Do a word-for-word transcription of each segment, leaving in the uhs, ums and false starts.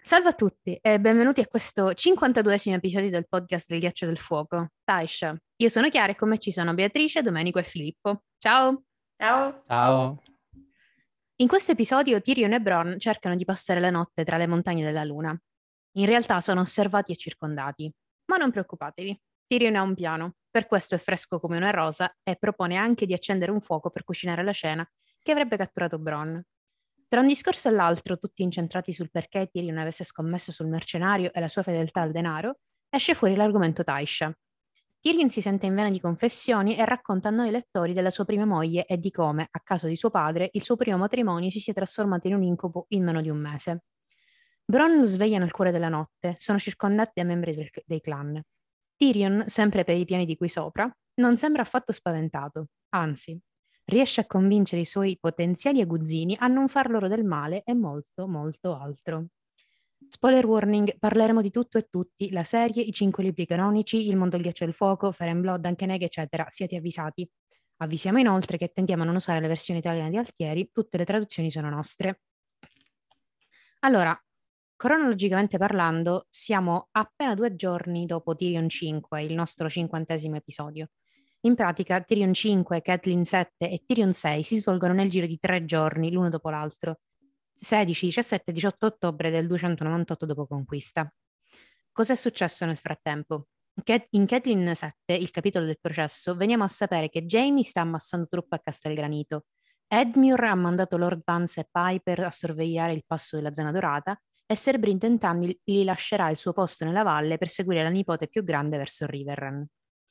Salve a tutti e benvenuti a questo cinquantaduesimo episodio del podcast del Ghiaccio del Fuoco. Taisha, io sono Chiara e con me ci sono Beatrice, Domenico e Filippo. Ciao! Ciao. Ciao. In questo episodio Tyrion e Bronn cercano di passare la notte tra le montagne della Luna. In realtà sono osservati e circondati, ma non preoccupatevi, Tyrion ha un piano, per questo è fresco come una rosa e propone anche di accendere un fuoco per cucinare la cena che avrebbe catturato Bronn. Tra un discorso e l'altro, tutti incentrati sul perché Tyrion avesse scommesso sul mercenario e la sua fedeltà al denaro, esce fuori l'argomento Taisha. Tyrion si sente in vena di confessioni e racconta a noi lettori della sua prima moglie e di come, a caso di suo padre, il suo primo matrimonio si sia trasformato in un incubo in meno di un mese. Bronn sveglia nel cuore della notte, sono circondati da membri del- dei clan. Tyrion, sempre per i piani di qui sopra, non sembra affatto spaventato, anzi, riesce a convincere i suoi potenziali aguzzini a non far loro del male e molto, molto altro. Spoiler warning, parleremo di tutto e tutti, la serie, i cinque libri canonici, il mondo del ghiaccio e del fuoco, Fire and Blood, anche Neg, eccetera. Siate avvisati. Avvisiamo inoltre che tendiamo a non usare le versioni italiane di Altieri, tutte le traduzioni sono nostre. Allora, cronologicamente parlando, siamo appena due giorni dopo Tyrion cinque, il nostro cinquantesimo episodio. In pratica, Tyrion cinque, Catelyn sette e Tyrion sei si svolgono nel giro di tre giorni, l'uno dopo l'altro, sedici, diciassette e diciotto ottobre del duecentonovantotto dopo conquista. Cos'è successo nel frattempo? Cat- In Catelyn sette, il capitolo del processo, veniamo a sapere che Jaime sta ammassando truppe a Castelgranito. Edmure ha mandato Lord Vance e Piper a sorvegliare il passo della Zona Dorata e Ser Brintentanni gli lascerà il suo posto nella valle per seguire la nipote più grande verso Riverrun.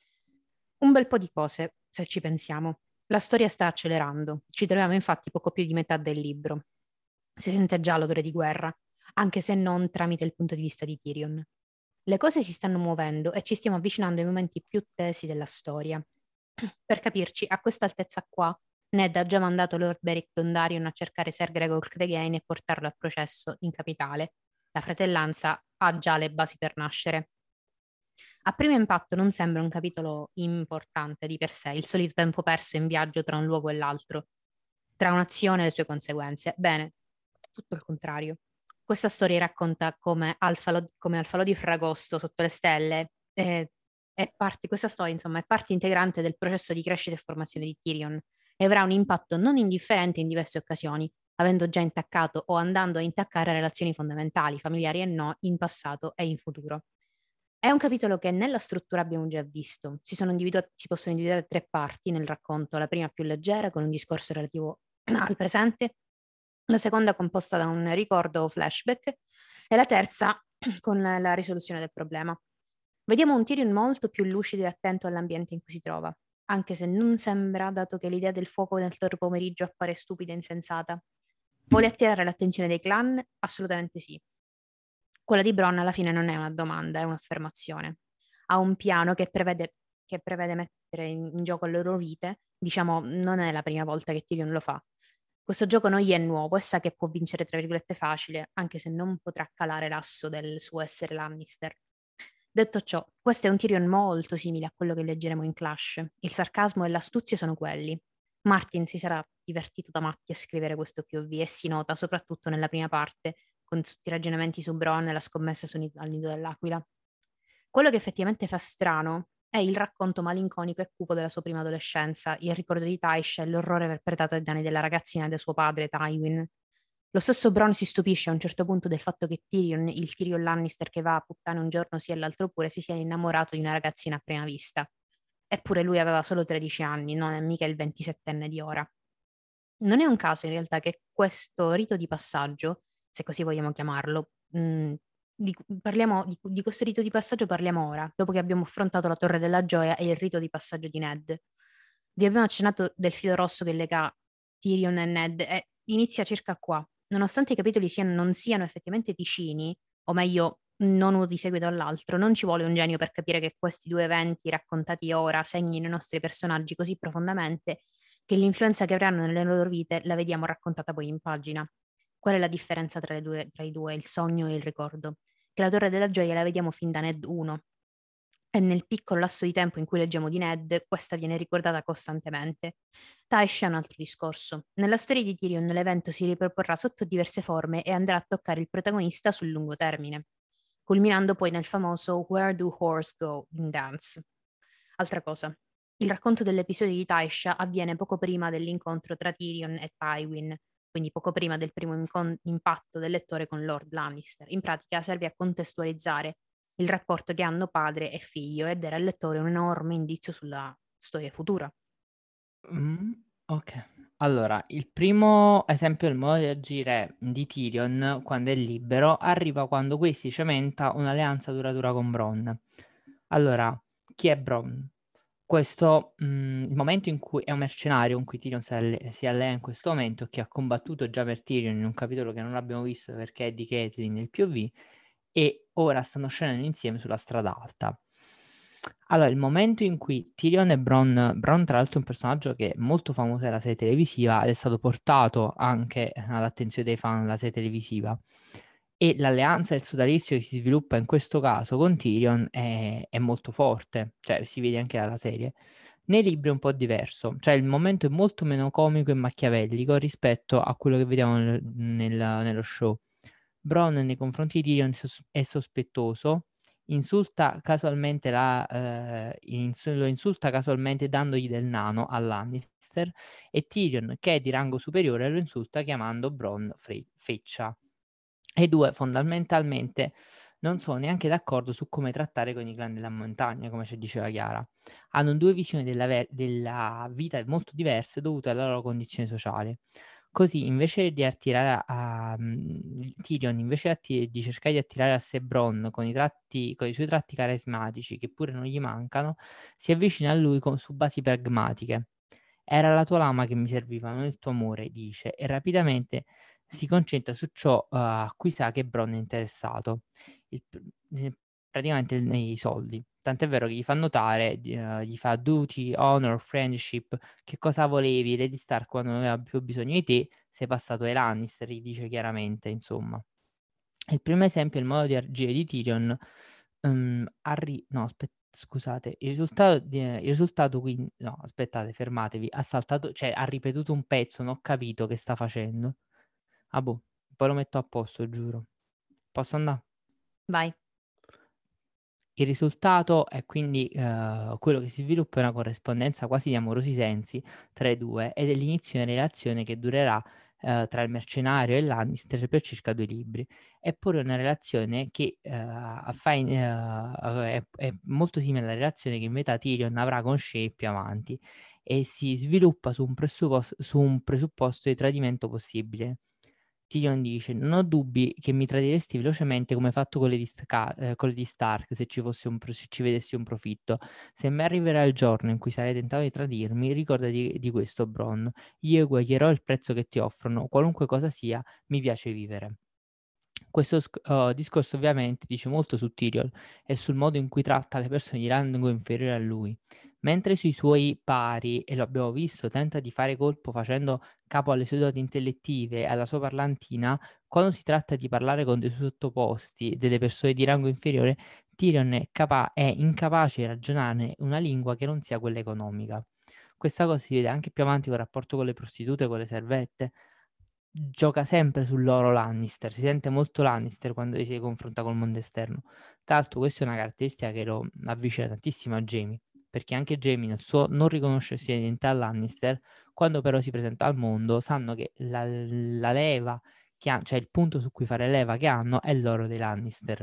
Un bel po' di cose, se ci pensiamo. La storia sta accelerando. Ci troviamo infatti poco più di metà del libro. Si sente già l'odore di guerra, anche se non tramite il punto di vista di Tyrion. Le cose si stanno muovendo e ci stiamo avvicinando ai momenti più tesi della storia. Per capirci, a questa altezza qua, Ned ha già mandato Lord Beric Dondarrion a cercare Ser Gregor Clegane e portarlo a processo in capitale. La fratellanza ha già le basi per nascere. A primo impatto non sembra un capitolo importante di per sé, il solito tempo perso in viaggio tra un luogo e l'altro, tra un'azione e le sue conseguenze. Bene, tutto il contrario. Questa storia racconta come Alfalo, come Alfalò di Fragosto sotto le stelle eh, è parte, questa storia, insomma, è parte integrante del processo di crescita e formazione di Tyrion e avrà un impatto non indifferente in diverse occasioni, avendo già intaccato o andando a intaccare relazioni fondamentali, familiari e no, in passato e in futuro. È un capitolo che nella struttura abbiamo già visto. Si, sono individuati- si possono individuare tre parti nel racconto, la prima più leggera, con un discorso relativo al presente, la seconda composta da un ricordo o flashback e la terza con la risoluzione del problema. Vediamo un Tyrion molto più lucido e attento all'ambiente in cui si trova, anche se non sembra, dato che l'idea del fuoco nel tardo pomeriggio appare stupida e insensata. Vuole attirare l'attenzione dei clan? Assolutamente sì. Quella di Bronn alla fine non è una domanda, è un'affermazione. Ha un piano che prevede, che prevede mettere in, in gioco le loro vite. Diciamo, non è la prima volta che Tyrion lo fa. Questo gioco non gli è nuovo e sa che può vincere, tra virgolette, facile, anche se non potrà calare l'asso del suo essere Lannister. Detto ciò, questo è un Tyrion molto simile a quello che leggeremo in Clash. Il sarcasmo e l'astuzia sono quelli. Martin si sarà divertito da matti a scrivere questo P O V e si nota soprattutto nella prima parte, con tutti i ragionamenti su Bronn e la scommessa su Ni- al nido dell'aquila. Quello che effettivamente fa strano è il racconto malinconico e cupo della sua prima adolescenza, il ricordo di Taisha e l'orrore perpetrato ai danni della ragazzina e da suo padre, Tywin. Lo stesso Bronn si stupisce a un certo punto del fatto che Tyrion, il Tyrion Lannister che va a puttane un giorno sì e l'altro pure, si sia innamorato di una ragazzina a prima vista. Eppure lui aveva solo tredici anni, non è mica il ventisettenne di ora. Non è un caso in realtà che questo rito di passaggio, se così vogliamo chiamarlo, mh, di, parliamo, di, di questo rito di passaggio parliamo ora, dopo che abbiamo affrontato la Torre della Gioia e il rito di passaggio di Ned. Vi abbiamo accennato del filo rosso che lega Tyrion e Ned e inizia circa qua. Nonostante i capitoli siano, non siano effettivamente vicini, o meglio, non uno di seguito all'altro, non ci vuole un genio per capire che questi due eventi raccontati ora segnino i nostri personaggi così profondamente che l'influenza che avranno nelle loro vite la vediamo raccontata poi in pagina. Qual è la differenza tra, le due, tra i due, il sogno e il ricordo? Che la Torre della Gioia la vediamo fin da Ned uno. E nel piccolo lasso di tempo in cui leggiamo di Ned, questa viene ricordata costantemente. Taisha è un altro discorso. Nella storia di Tyrion l'evento si riproporrà sotto diverse forme e andrà a toccare il protagonista sul lungo termine, culminando poi nel famoso Where do horse go in dance? Altra cosa. Il racconto dell'episodio di Taisha avviene poco prima dell'incontro tra Tyrion e Tywin, quindi poco prima del primo incon- impatto del lettore con Lord Lannister. In pratica serve a contestualizzare il rapporto che hanno padre e figlio e dare al lettore un enorme indizio sulla storia futura. Mm, ok. Allora, il primo esempio del modo di agire di Tyrion quando è libero arriva quando questi cementa un'alleanza duratura con Bronn. Allora, chi è Bronn? Questo, mh, il momento in cui è un mercenario con cui Tyrion si, alle- si allea in questo momento, che ha combattuto già per Tyrion in un capitolo che non abbiamo visto perché è di Catelyn nel P O V, e ora stanno scendendo insieme sulla strada alta. Allora, il momento in cui Tyrion e Bronn, Bronn tra l'altro è un personaggio che è molto famoso nella serie televisiva ed è stato portato anche all'attenzione dei fan della serie televisiva, e l'alleanza del sodalizio che si sviluppa in questo caso con Tyrion è, è molto forte, cioè si vede anche dalla serie. Nei libri è un po' diverso, cioè il momento è molto meno comico e machiavellico rispetto a quello che vediamo nel- nel- nello show. Bronn nei confronti di Tyrion sos- è sospettoso, insulta casualmente la, eh, ins- lo insulta casualmente dandogli del nano a Lannister, e Tyrion, che è di rango superiore, lo insulta chiamando Bronn fre- feccia. E i due fondamentalmente non sono neanche d'accordo su come trattare con i clan della montagna, come ci diceva Chiara. Hanno due visioni della, ver- della vita molto diverse dovute alla loro condizione sociale. Così, invece di attirare a, a mm, Tyrion, invece di, atti- di cercare di attirare a sé Bronn con i, tratti, con i suoi tratti carismatici, che pure non gli mancano, si avvicina a lui con- su basi pragmatiche. Era la tua lama che mi serviva, non il tuo amore, dice, e rapidamente si concentra su ciò, uh, a cui sa che Bronn è interessato, il, eh, praticamente nei soldi. Tant'è vero che gli fa notare, uh, gli fa duty, honor, friendship, che cosa volevi, Lady Stark, quando non aveva più bisogno di te, sei passato ai Lannister, gli dice chiaramente, insomma. Il primo esempio è il modo di agire di Tyrion. Um, arri- no, aspetta, scusate, il risultato, di- il risultato qui, no, aspettate, fermatevi, ha saltato, cioè ha ripetuto un pezzo, non ho capito che sta facendo. Ah boh, poi lo metto a posto, giuro. Posso andare? Vai. Il risultato è quindi eh, quello che si sviluppa è una corrispondenza quasi di amorosi sensi tra i due, ed è l'inizio di una relazione che durerà eh, tra il mercenario e Lannister per circa due libri. Eppure una relazione che eh, fa in- eh, è, è molto simile alla relazione che in metà Tyrion avrà con Shae più avanti, e si sviluppa su un presupposto, su un presupposto di tradimento possibile. Tyrion dice: Non ho dubbi che mi tradiresti velocemente come hai fatto con le di, Sca- eh, con le di Stark, se ci fosse un pro- se ci vedessi un profitto. Se mai arriverà il giorno in cui sarai tentato di tradirmi, ricordati di, di questo, Bronn. Io eguaglierò il prezzo che ti offrono, qualunque cosa sia, mi piace vivere. Questo sc- uh, discorso ovviamente dice molto su Tyrion e sul modo in cui tratta le persone di rango inferiore a lui. Mentre sui suoi pari, e lo abbiamo visto, tenta di fare colpo facendo capo alle sue doti intellettive e alla sua parlantina, quando si tratta di parlare con dei suoi sottoposti, delle persone di rango inferiore, Tyrion è, capa- è incapace di ragionare una lingua che non sia quella economica. Questa cosa si vede anche più avanti col rapporto con le prostitute, con le servette. Gioca sempre sull'oro Lannister, si sente molto Lannister quando si confronta col mondo esterno. Tra l'altro questa è una caratteristica che lo avvicina tantissimo a Jaime, perché anche Jaime nel suo non riconoscersi l'identità Lannister, quando però si presenta al mondo, sanno che la, la leva, che ha, cioè il punto su cui fare leva che hanno, è l'oro dei Lannister.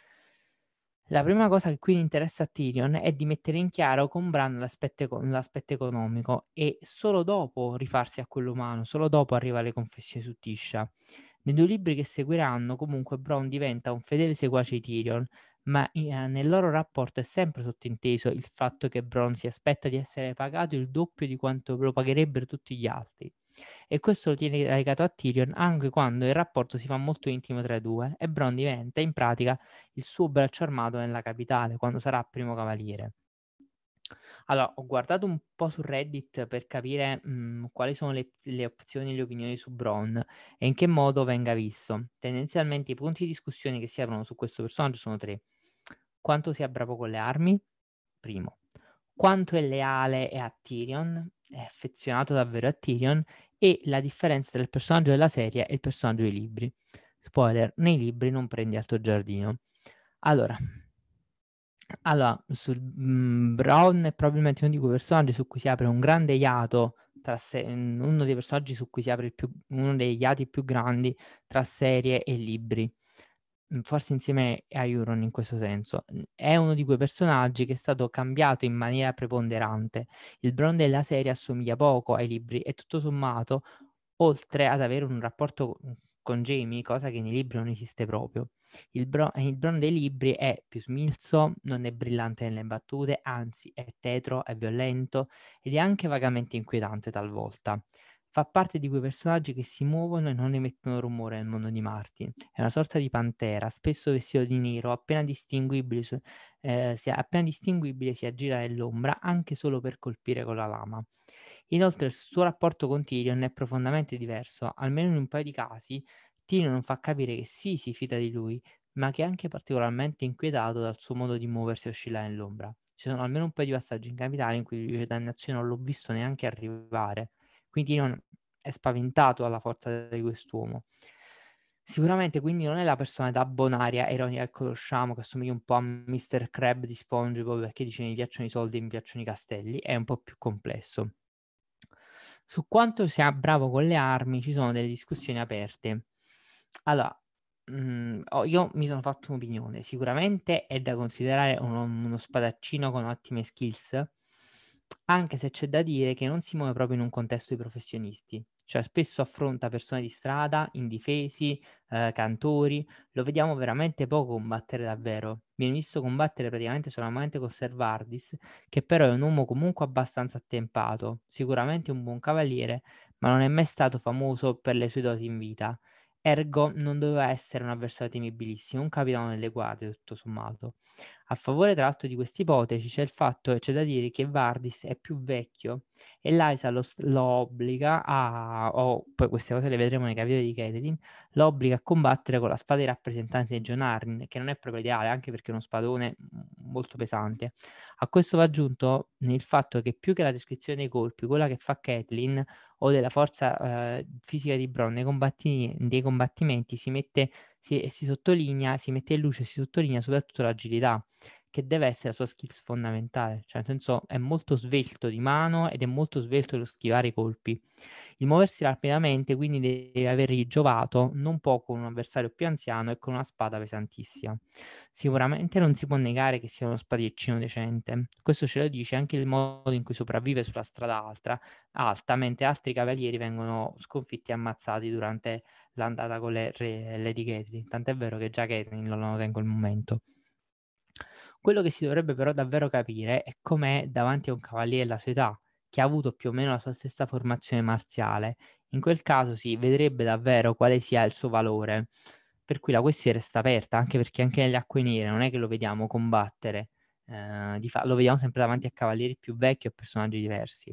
La prima cosa che quindi interessa a Tyrion è di mettere in chiaro con Bran l'aspetto, eco- l'aspetto economico, e solo dopo rifarsi a quello umano, solo dopo arriva alle confessioni su Tisha. Nei due libri che seguiranno, comunque, Bron diventa un fedele seguace di Tyrion, ma eh, nel loro rapporto è sempre sottinteso il fatto che Bron si aspetta di essere pagato il doppio di quanto lo pagherebbero tutti gli altri. E questo lo tiene legato a Tyrion anche quando il rapporto si fa molto intimo tra i due, e Bron diventa in pratica il suo braccio armato nella capitale quando sarà primo cavaliere. Allora, ho guardato un po' su Reddit per capire mh, quali sono le, le opzioni e le opinioni su Bron e in che modo venga visto. Tendenzialmente i punti di discussione che si aprono su questo personaggio sono tre: quanto sia bravo con le armi, Primo, quanto è leale è a Tyrion, è affezionato davvero a Tyrion, e la differenza tra il personaggio della serie e il personaggio dei libri. Spoiler, nei libri non prendi Alto Giardino. Allora, allora sul, mh, Bronn è probabilmente uno di quei personaggi su cui si apre un grande iato tra se- uno dei personaggi su cui si apre il più, uno degli iati più grandi tra serie e libri. Mhmm, forse insieme a Euron in questo senso. Mhmm, è uno di quei personaggi che è stato cambiato in maniera preponderante. Il Bronn della serie assomiglia poco ai libri e tutto sommato, oltre ad avere un rapporto, mhmm, con Jaime, cosa che nei libri non esiste proprio. Il Bro il Bronn dei libri è più smilzo, non è brillante nelle battute, anzi è tetro, è violento ed è anche vagamente inquietante talvolta. Fa parte di quei personaggi che si muovono e non emettono rumore nel mondo di Martin. È una sorta di pantera, spesso vestito di nero, appena distinguibile, su- eh, si, appena distinguibile si aggira nell'ombra anche solo per colpire con la lama. Inoltre il suo rapporto con Tyrion è profondamente diverso, almeno in un paio di casi Tyrion non fa capire che sì, si fida di lui, ma che è anche particolarmente inquietato dal suo modo di muoversi e oscillare nell'ombra. Ci sono almeno un paio di passaggi in capitale in cui lui dice dannazione non l'ho visto neanche arrivare, quindi non è spaventato alla forza di quest'uomo. Sicuramente quindi non è la persona da bonaria, ironica che conosciamo, che assomiglia un po' a mister Crab di SpongeBob perché dice mi piacciono i soldi e mi piacciono i castelli, è un po' più complesso. Su quanto sia bravo con le armi ci sono delle discussioni aperte. Allora, mh, oh, io mi sono fatto un'opinione. Sicuramente è da considerare uno, uno spadaccino con ottime skills, anche se c'è da dire che non si muove proprio in un contesto di professionisti. Cioè, spesso affronta persone di strada, indifesi, eh, cantori. Lo vediamo veramente poco combattere davvero. Viene visto combattere praticamente solamente con Ser Vardis, che però è un uomo comunque abbastanza attempato, sicuramente un buon cavaliere, ma non è mai stato famoso per le sue doti in vita. Ergo non doveva essere un avversario temibilissimo, un capitano delle guardie tutto sommato. A favore tra l'altro di questa ipotesi c'è il fatto che c'è da dire che Vardis è più vecchio e Lysa lo, s- lo obbliga a, o poi queste cose le vedremo nei capitoli di Catelyn, lo obbliga a combattere con la spada dei rappresentanti di Jon Arryn, che non è proprio ideale, anche perché è uno spadone mm, molto pesante. A questo va aggiunto il fatto che più che la descrizione dei colpi, quella che fa Catelyn o della forza eh, fisica di Bronn nei, combatti- nei combattimenti si mette si, e si sottolinea, si mette in luce e si sottolinea soprattutto l'agilità, che deve essere la sua skills fondamentale, cioè nel senso è molto svelto di mano ed è molto svelto nello schivare i colpi. Il muoversi rapidamente quindi deve avergli giovato non poco con un avversario più anziano e con una spada pesantissima. Sicuramente non si può negare che sia uno spadaccino decente. Questo ce lo dice anche il modo in cui sopravvive sulla strada alta, alta mentre altri cavalieri vengono sconfitti e ammazzati durante l'andata con le re Lady Catelyn. Tant'è vero che già Catelyn lo nota in quel momento. Quello che si dovrebbe però davvero capire è com'è davanti a un cavaliere della sua età, che ha avuto più o meno la sua stessa formazione marziale. In quel caso si vedrebbe davvero quale sia il suo valore. Per cui la questione resta aperta, anche perché anche nelle acque nere non è che lo vediamo combattere, eh, di fa- lo vediamo sempre davanti a cavalieri più vecchi o personaggi diversi.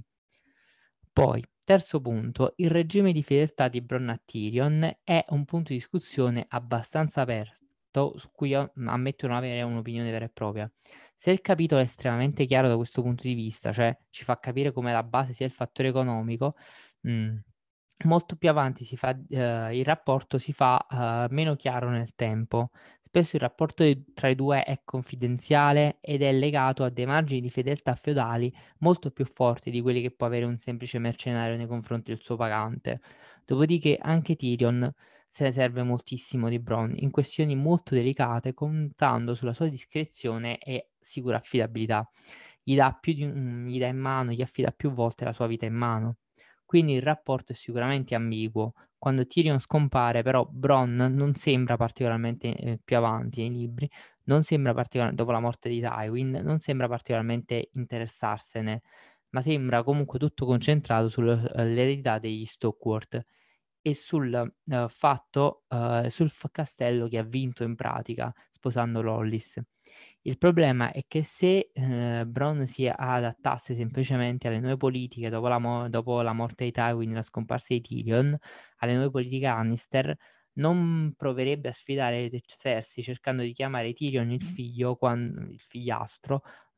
Poi, terzo punto, il regime di fedeltà di Bronn a Tyrion è un punto di discussione abbastanza aperto su cui io mm, ammetto non avere un'opinione vera e propria. Se il capitolo è estremamente chiaro da questo punto di vista, cioè ci fa capire come la base sia il fattore economico, mh, molto più avanti si fa, eh, il rapporto si fa eh, meno chiaro nel tempo. Spesso il rapporto di- tra i due è confidenziale ed è legato a dei margini di fedeltà feudali molto più forti di quelli che può avere un semplice mercenario nei confronti del suo pagante. Dopodiché anche Tyrion se ne serve moltissimo di Bronn in questioni molto delicate, contando sulla sua discrezione e sicura affidabilità. Gli dà, più di un- gli dà in mano, gli affida più volte la sua vita in mano. Quindi il rapporto è sicuramente ambiguo. Quando Tyrion scompare, però, Bronn non sembra particolarmente eh, più avanti nei libri, non sembra particolarmente, dopo la morte di Tywin, non sembra particolarmente interessarsene, ma sembra comunque tutto concentrato sull'eredità degli Stokeworth e sul eh, fatto, eh, sul f- castello che ha vinto in pratica sposando Lollis. Il problema è che se eh, Bronn si adattasse semplicemente alle nuove politiche dopo la, mo- dopo la morte di Tywin e la scomparsa di Tyrion, alle nuove politiche Lannister, non proverebbe a sfidare Cersei cercando di chiamare Tyrion il figlio, quan- il figliastro,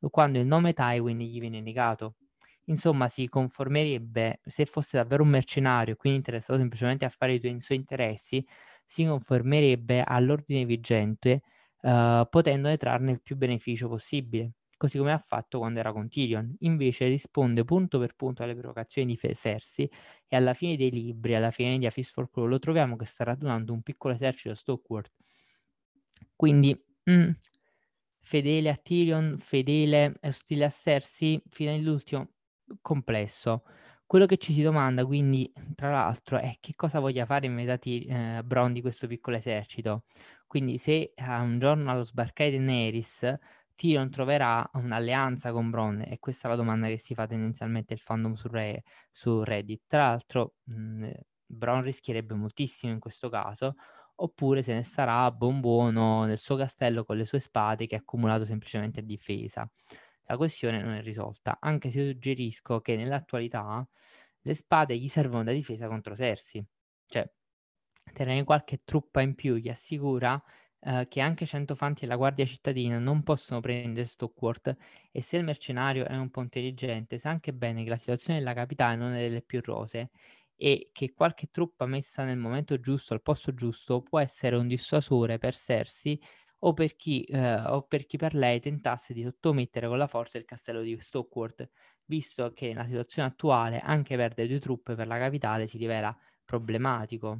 quando il nome Tywin gli viene negato. Insomma, si conformerebbe, se fosse davvero un mercenario, quindi interessato semplicemente a fare i, tuoi, i suoi interessi, si conformerebbe all'ordine vigente, uh, potendone trarne il più beneficio possibile, così come ha fatto quando era con Tyrion. Invece risponde punto per punto alle provocazioni di Cersei e alla fine dei libri, alla fine di A Fist for Crow, lo troviamo che sta radunando un piccolo esercito a Stokeworth. Quindi... Mm, fedele a Tyrion, fedele e ostile a Cersei, fino all'ultimo, complesso. Quello che ci si domanda quindi, tra l'altro, è che cosa voglia fare in verità eh, Bronn di questo piccolo esercito. Quindi se a un giorno allo sbarcare di Daenerys Tyrion troverà un'alleanza con Bronn, e questa è la domanda che si fa tendenzialmente il fandom su, Re- su Reddit. Tra l'altro mh, Bronn rischierebbe moltissimo in questo caso, oppure se ne starà buon buono nel suo castello con le sue spade che ha accumulato semplicemente a difesa. La questione non è risolta, anche se suggerisco che nell'attualità le spade gli servono da difesa contro Cersei. Cioè, tenere qualche truppa in più gli assicura eh, che anche cento fanti e la guardia cittadina non possono prendere Stokeworth, e se il mercenario è un po' intelligente sa anche bene che la situazione della capitale non è delle più rosee e che qualche truppa messa nel momento giusto, al posto giusto, può essere un dissuasore per Cersei o per chi, eh, o per chi per lei tentasse di sottomettere con la forza il castello di Stokeworth, visto che nella situazione attuale anche perdere due truppe per la capitale si rivela problematico.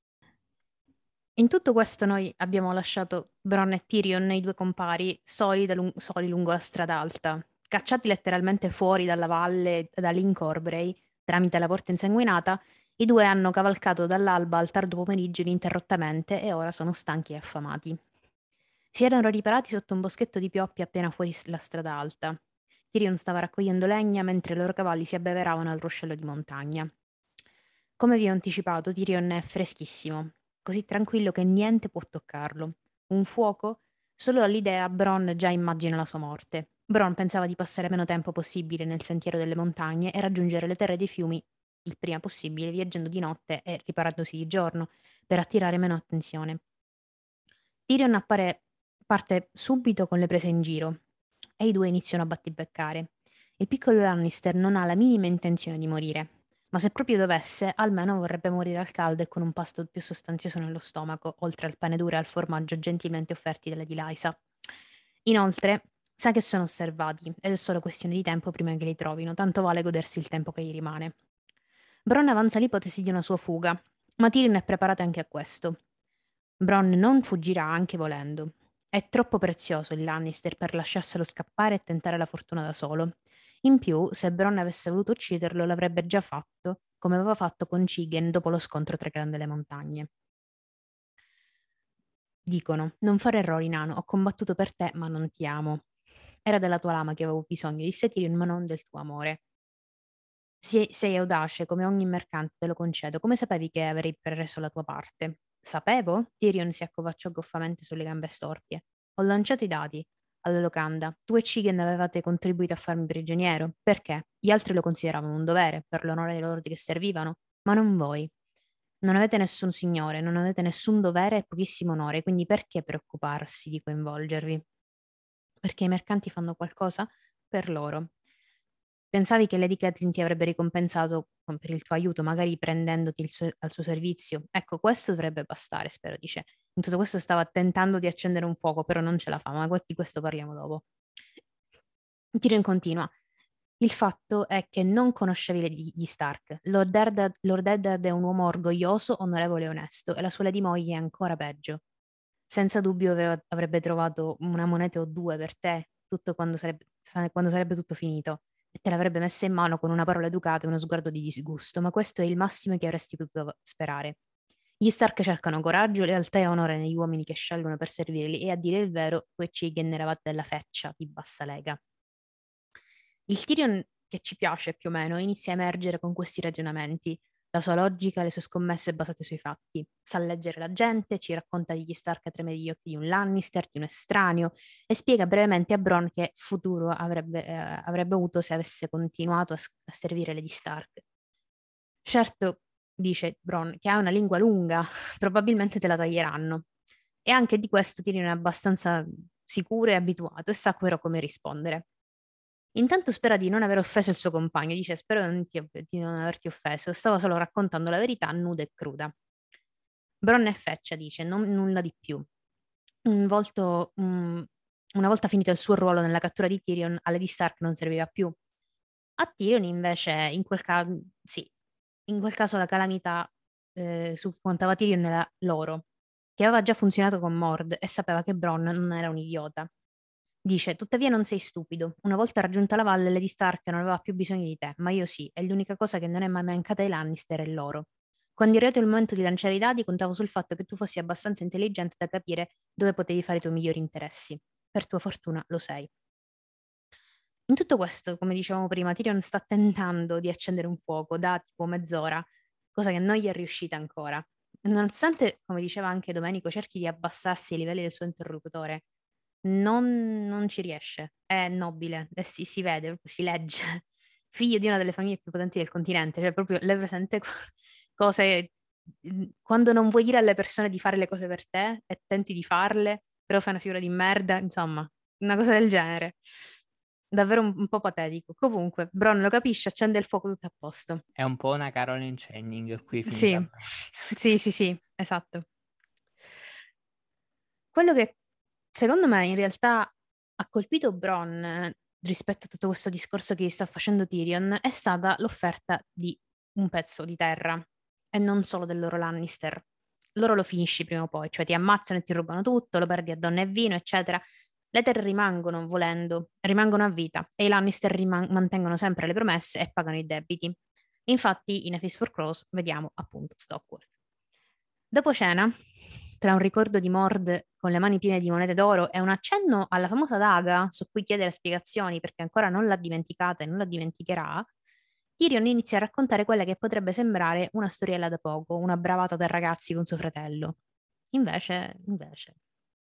In tutto questo noi abbiamo lasciato Bronn e Tyrion, i due compari, soli, da lung- soli lungo la strada alta, cacciati letteralmente fuori dalla valle da Lyn Corbray tramite la porta insanguinata. I due hanno cavalcato dall'alba al tardo pomeriggio ininterrottamente e ora sono stanchi e affamati. Si erano riparati sotto un boschetto di pioppi appena fuori s- la strada alta. Tyrion stava raccogliendo legna mentre i loro cavalli si abbeveravano al ruscello di montagna. Come vi ho anticipato, Tyrion è freschissimo, così tranquillo che niente può toccarlo. Un fuoco? Solo all'idea Bronn già immagina la sua morte. Bronn pensava di passare meno tempo possibile nel sentiero delle montagne e raggiungere le terre dei fiumi il prima possibile, viaggiando di notte e riparandosi di giorno, per attirare meno attenzione. Tyrion appare, parte subito con le prese in giro e i due iniziano a battibeccare. Il piccolo Lannister non ha la minima intenzione di morire, ma se proprio dovesse, almeno vorrebbe morire al caldo e con un pasto più sostanzioso nello stomaco, oltre al pane duro e al formaggio gentilmente offerti dalla di Lysa. Inoltre, sa che sono osservati ed è solo questione di tempo prima che li trovino, tanto vale godersi il tempo che gli rimane. Bronn avanza l'ipotesi di una sua fuga, ma Tyrion è preparato anche a questo. Bronn non fuggirà anche volendo. È troppo prezioso il Lannister per lasciarselo scappare e tentare la fortuna da solo. In più, se Bronn avesse voluto ucciderlo, l'avrebbe già fatto, come aveva fatto con Cigen dopo lo scontro tra i clan delle montagne. Dicono, non fare errori, Nano, ho combattuto per te, ma non ti amo. Era della tua lama che avevo bisogno, disse Tyrion, ma non del tuo amore. Sei, sei audace, come ogni mercante, te lo concedo. Come sapevi che avrei preso la tua parte? Sapevo? Tyrion si accovacciò goffamente sulle gambe storpie. Ho lanciato i dati alla locanda. Tu e Cigen avevate contribuito a farmi prigioniero. Perché? Gli altri lo consideravano un dovere, per l'onore dei lordi che servivano, ma non voi. Non avete nessun signore, non avete nessun dovere e pochissimo onore, quindi perché preoccuparsi di coinvolgervi? Perché i mercanti fanno qualcosa per loro. Pensavi che Lady Catelyn ti avrebbe ricompensato con- per il tuo aiuto, magari prendendoti il suo- al suo servizio? Ecco, questo dovrebbe bastare, spero, dice. In tutto questo stava tentando di accendere un fuoco, però non ce la fa, ma que- di questo parliamo dopo. Tyrion continua. Il fatto è che non conoscevi le- gli Stark. Lord Eddard, Lord Eddard è un uomo orgoglioso, onorevole e onesto, e la sua Lady Moglie è ancora peggio. Senza dubbio aveva- avrebbe trovato una moneta o due per te, tutto quando sarebbe, sa- quando sarebbe tutto finito, e te l'avrebbe messa in mano con una parola educata e uno sguardo di disgusto, ma questo è il massimo che avresti potuto sperare. Gli Stark cercano coraggio, lealtà e onore negli uomini che scelgono per servirli, e a dire il vero, voi ci eravate della feccia di bassa lega. Il Tyrion che ci piace più o meno inizia a emergere con questi ragionamenti. La sua logica, le sue scommesse basate sui fatti. Sa leggere la gente, ci racconta degli Stark a tremare gli occhi di un Lannister, di un estraneo, e spiega brevemente a Bronn che futuro avrebbe, eh, avrebbe avuto se avesse continuato a, s- a servire Lady Stark. Certo, dice Bronn, che ha una lingua lunga, probabilmente te la taglieranno. E anche di questo Tyrion è abbastanza sicuro e abituato e sa però come rispondere. Intanto spera di non aver offeso il suo compagno, dice spero non ti- di non averti offeso, stavo solo raccontando la verità nuda e cruda. Bronn è feccia, dice, non nulla di più. Un volto, mm, una volta finito il suo ruolo nella cattura di Tyrion, a Lady Stark non serviva più. A Tyrion invece, in quel caso, sì, in quel caso la calamità eh, su cui contava Tyrion era l'oro, che aveva già funzionato con Mord e sapeva che Bronn non era un idiota. Dice, tuttavia non sei stupido. Una volta raggiunta la valle, Lady Stark non aveva più bisogno di te, ma io sì, e l'unica cosa che non è mai mancata ai Lannister è l'oro. Quando è arrivato il momento di lanciare i dadi, contavo sul fatto che tu fossi abbastanza intelligente da capire dove potevi fare i tuoi migliori interessi. Per tua fortuna lo sei. In tutto questo, come dicevamo prima, Tyrion sta tentando di accendere un fuoco da tipo mezz'ora, cosa che non gli è riuscita ancora. Nonostante, come diceva anche Domenico, cerchi di abbassarsi i livelli del suo interlocutore, non, non ci riesce. È nobile, e si, si vede, si legge. Figlio di una delle famiglie più potenti del continente, cioè proprio le presente co- cose. Quando non vuoi dire alle persone di fare le cose per te e tenti di farle, però fai una figura di merda, insomma, una cosa del genere. Davvero un, un po' patetico. Comunque, Bron lo capisce, accende il fuoco tutto a posto. È un po' una Caroline Channing qui finita Sì, bene. sì, sì, sì, esatto. Quello che secondo me in realtà ha colpito Bron eh, rispetto a tutto questo discorso che gli sta facendo Tyrion è stata l'offerta di un pezzo di terra e non solo del loro Lannister. Loro lo finisci prima o poi, cioè ti ammazzano e ti rubano tutto, lo perdi a donna e vino, eccetera. Le terre rimangono, volendo, rimangono a vita e i Lannister riman- mantengono sempre le promesse e pagano i debiti. Infatti, in A Feast for Crows vediamo appunto Stockworth. Dopo cena, tra un ricordo di Mord con le mani piene di monete d'oro e un accenno alla famosa daga su cui chiedere spiegazioni perché ancora non l'ha dimenticata e non la dimenticherà, Tyrion inizia a raccontare quella che potrebbe sembrare una storiella da poco, una bravata da ragazzi con suo fratello. Invece, invece.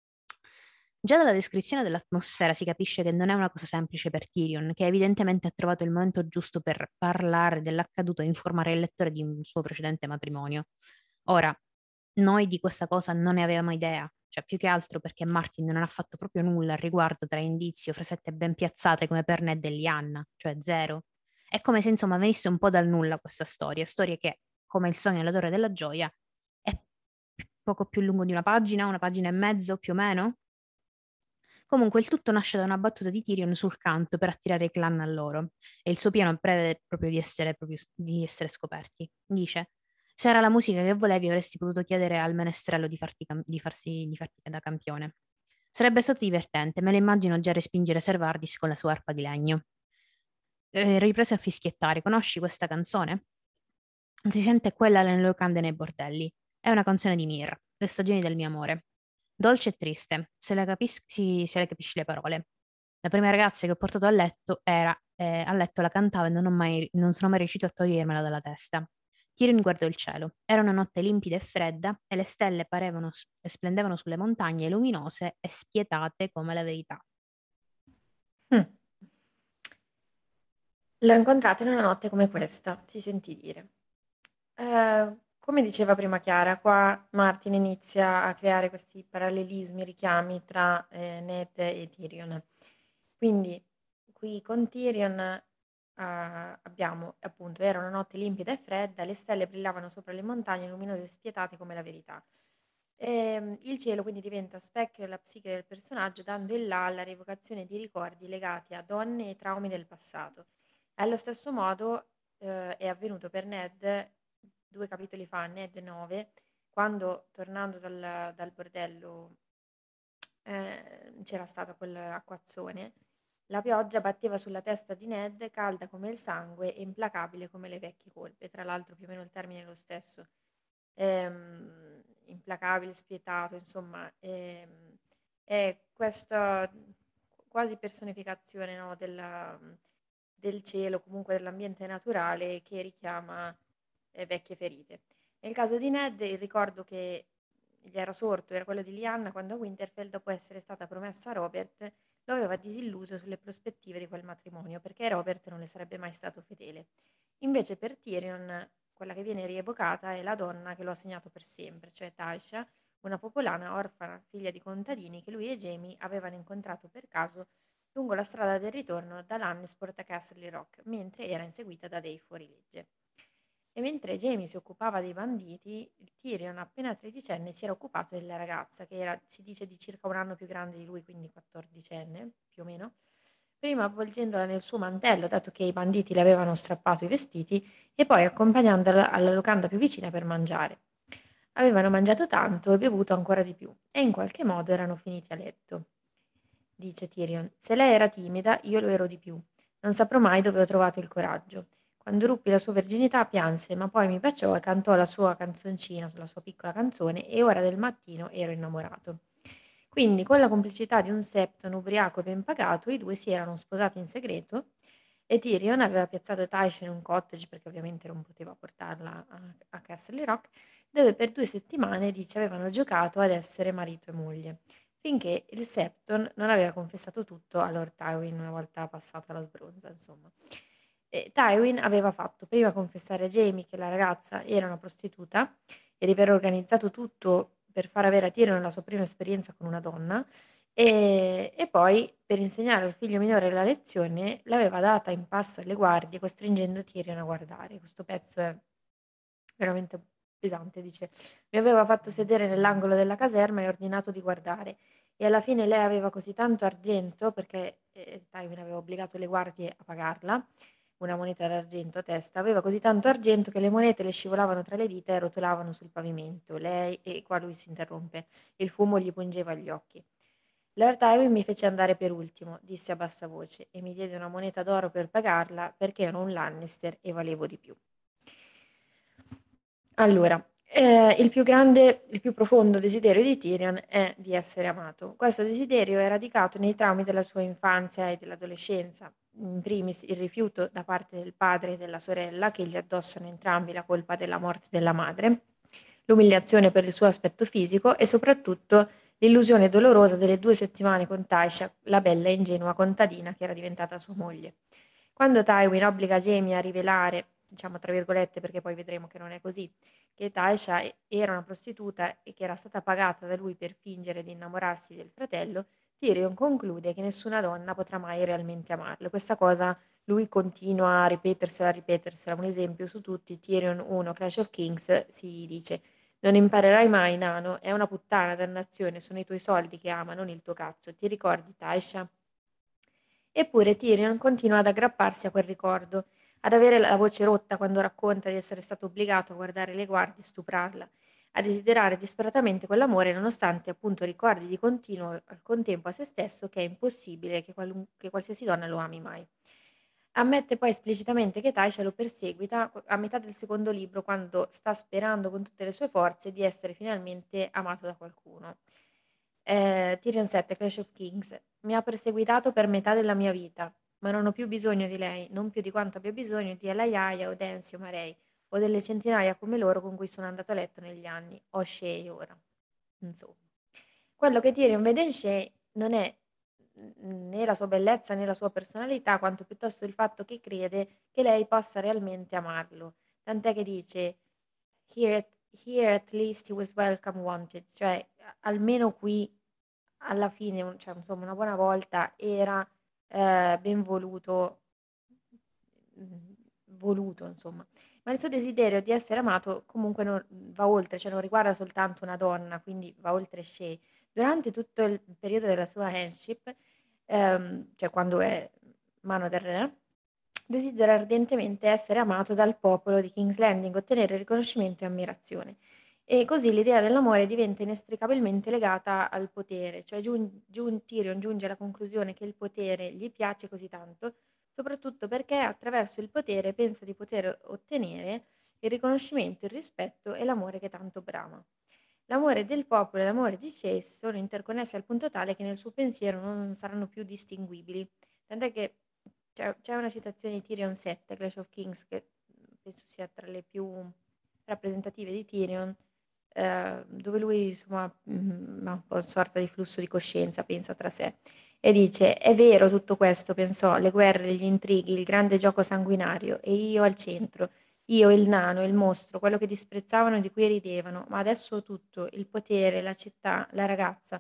Già dalla descrizione dell'atmosfera si capisce che non è una cosa semplice per Tyrion, che evidentemente ha trovato il momento giusto per parlare dell'accaduto e informare il lettore di un suo precedente matrimonio. Ora, noi di questa cosa non ne avevamo idea, cioè più che altro perché Martin non ha fatto proprio nulla al riguardo tra indizi o frasette ben piazzate come per Ned e Lyanna, cioè zero. È come se insomma venisse un po' dal nulla questa storia, storia che, come il sogno e la torre della gioia, è poco più lungo di una pagina, una pagina e mezzo più o meno. Comunque il tutto nasce da una battuta di Tyrion sul canto per attirare i clan a loro, e il suo piano prevede proprio di essere, proprio, di essere scoperti. Dice, se era la musica che volevi avresti potuto chiedere al menestrello di farti, cam- di farsi, di farti da campione. Sarebbe stato divertente, me lo immagino già respingere Servardis con la sua arpa di legno. Eh, riprese a fischiettare, conosci questa canzone? Si sente quella nelle locande e nei bordelli. È una canzone di Mir, le stagioni del mio amore. Dolce e triste, se le capisci, se le capisci le parole. La prima ragazza che ho portato a letto era, eh, a letto la cantava e non, ho mai, non sono mai riuscito a togliermela dalla testa. Tyrion guardò il cielo. Era una notte limpida e fredda e le stelle parevano, s- splendevano sulle montagne luminose e spietate come la verità. Mm. L'ho incontrata in una notte come questa, si sentì dire. Eh, come diceva prima Chiara, qua Martin inizia a creare questi parallelismi, richiami tra eh, Ned e Tyrion. Quindi qui con Tyrion eh, abbiamo appunto, era una notte limpida e fredda, le stelle brillavano sopra le montagne luminose e spietate come la verità. Ehm, il cielo quindi diventa specchio della psiche del personaggio, dando il là alla rievocazione di ricordi legati a donne e traumi del passato. Allo stesso modo eh, è avvenuto per Ned due capitoli fa, Ned nove, quando tornando dal, dal bordello eh, c'era stato quell'acquazzone, la pioggia batteva sulla testa di Ned, calda come il sangue e implacabile come le vecchie colpe. Tra l'altro più o meno il termine è lo stesso. Ehm, implacabile, spietato, insomma, ehm, è questa quasi personificazione, no, della- del cielo, comunque dell'ambiente naturale che richiama eh, vecchie ferite. Nel caso di Ned, il ricordo che gli era sorto era quello di Lyanna quando Winterfell, dopo essere stata promessa a Robert, lo aveva disilluso sulle prospettive di quel matrimonio, perché Robert non le sarebbe mai stato fedele. Invece per Tyrion, quella che viene rievocata è la donna che lo ha segnato per sempre, cioè Taisha, una popolana orfana, figlia di contadini che lui e Jaime avevano incontrato per caso lungo la strada del ritorno da Lannisport a Castle Rock, mentre era inseguita da dei fuorilegge. E mentre Jaime si occupava dei banditi, Tyrion, appena tredicenne, si era occupato della ragazza, che era, si dice, di circa un anno più grande di lui, quindi quattordicenne, più o meno, prima avvolgendola nel suo mantello, dato che i banditi le avevano strappato i vestiti, e poi accompagnandola alla locanda più vicina per mangiare. Avevano mangiato tanto e bevuto ancora di più, e in qualche modo erano finiti a letto. Dice Tyrion, se lei era timida, io lo ero di più. Non saprò mai dove ho trovato il coraggio. Quando ruppi la sua verginità pianse, ma poi mi baciò e cantò la sua canzoncina, la sua piccola canzone, e ora del mattino ero innamorato. Quindi, con la complicità di un Septon ubriaco e ben pagato, i due si erano sposati in segreto e Tyrion aveva piazzato Taisha in un cottage, perché ovviamente non poteva portarla a, a Castle Rock, dove per due settimane, dice, avevano giocato ad essere marito e moglie, finché il Septon non aveva confessato tutto a Lord Tywin una volta passata la sbronza, insomma. E Tywin aveva fatto prima confessare a Jaime che la ragazza era una prostituta e di aver organizzato tutto per far avere a Tyrion la sua prima esperienza con una donna, e, e poi, per insegnare al figlio minore la lezione, l'aveva data in pasto alle guardie, costringendo Tyrion a guardare. Questo pezzo è veramente pesante, dice. Mi aveva fatto sedere nell'angolo della caserma e ordinato di guardare. E alla fine lei aveva così tanto argento, perché eh, Tywin aveva obbligato le guardie a pagarla, una moneta d'argento a testa, aveva così tanto argento che le monete le scivolavano tra le dita e rotolavano sul pavimento. Lei, e qua lui si interrompe, il fumo gli pungeva gli occhi. Lord Tywin mi fece andare per ultimo, disse a bassa voce, e mi diede una moneta d'oro per pagarla perché ero un Lannister e valevo di più. Allora, eh, il più grande, il più profondo desiderio di Tyrion è di essere amato. Questo desiderio è radicato nei traumi della sua infanzia e dell'adolescenza. In primis il rifiuto da parte del padre e della sorella, che gli addossano entrambi la colpa della morte della madre, l'umiliazione per il suo aspetto fisico e soprattutto l'illusione dolorosa delle due settimane con Taisha, la bella e ingenua contadina che era diventata sua moglie. Quando Tywin obbliga Jaime a rivelare, diciamo tra virgolette perché poi vedremo che non è così, che Taisha era una prostituta e che era stata pagata da lui per fingere di innamorarsi del fratello, Tyrion conclude che nessuna donna potrà mai realmente amarlo. Questa cosa lui continua a ripetersela, a ripetersela. Un esempio su tutti, Tyrion uno, Clash of Kings, si dice: non imparerai mai, nano, è una puttana, dannazione, sono i tuoi soldi che ama, non il tuo cazzo. Ti ricordi, Taisha? Eppure Tyrion continua ad aggrapparsi a quel ricordo, ad avere la voce rotta quando racconta di essere stato obbligato a guardare le guardie e stuprarla, a desiderare disperatamente quell'amore nonostante appunto ricordi di continuo al contempo a se stesso che è impossibile che, qualun- che qualsiasi donna lo ami mai. Ammette poi esplicitamente che Taisha lo perseguita a metà del secondo libro, quando sta sperando con tutte le sue forze di essere finalmente amato da qualcuno. Eh, Tyrion sette, Clash of Kings. Mi ha perseguitato per metà della mia vita, ma non ho più bisogno di lei, non più di quanto abbia bisogno di Elayaya o Dancy o Marei, o delle centinaia come loro con cui sono andato a letto negli anni. Ho Shay ora. Insomma. Quello che Tyrion vede in Shay non è mm, né la sua bellezza né la sua personalità, quanto piuttosto il fatto che crede che lei possa realmente amarlo. Tant'è che dice: Here at, here at least he was welcome wanted, cioè a- almeno qui alla fine, un- cioè, insomma, una buona volta era eh, ben voluto, mm, voluto, insomma. Ma il suo desiderio di essere amato comunque non, va oltre, cioè non riguarda soltanto una donna, quindi va oltre Shay. Durante tutto il periodo della sua handship, ehm, cioè quando è mano del re, desidera ardentemente essere amato dal popolo di King's Landing, ottenere riconoscimento e ammirazione. E così l'idea dell'amore diventa inestricabilmente legata al potere, cioè giun- giun- Tyrion giunge alla conclusione che il potere gli piace così tanto, soprattutto perché attraverso il potere pensa di poter ottenere il riconoscimento, il rispetto e l'amore che tanto brama. L'amore del popolo e l'amore di Chase sono interconnessi al punto tale che nel suo pensiero non saranno più distinguibili. Tant'è che c'è, c'è una citazione di Tyrion sette, Clash of Kings, che penso sia tra le più rappresentative di Tyrion, eh, dove lui insomma mh, ha un po' una sorta di flusso di coscienza, pensa tra sé. E dice: è vero tutto questo, pensò, le guerre, gli intrighi, il grande gioco sanguinario, e io al centro. Io, il nano, il mostro, quello che disprezzavano e di cui ridevano, ma adesso ho tutto, il potere, la città, la ragazza,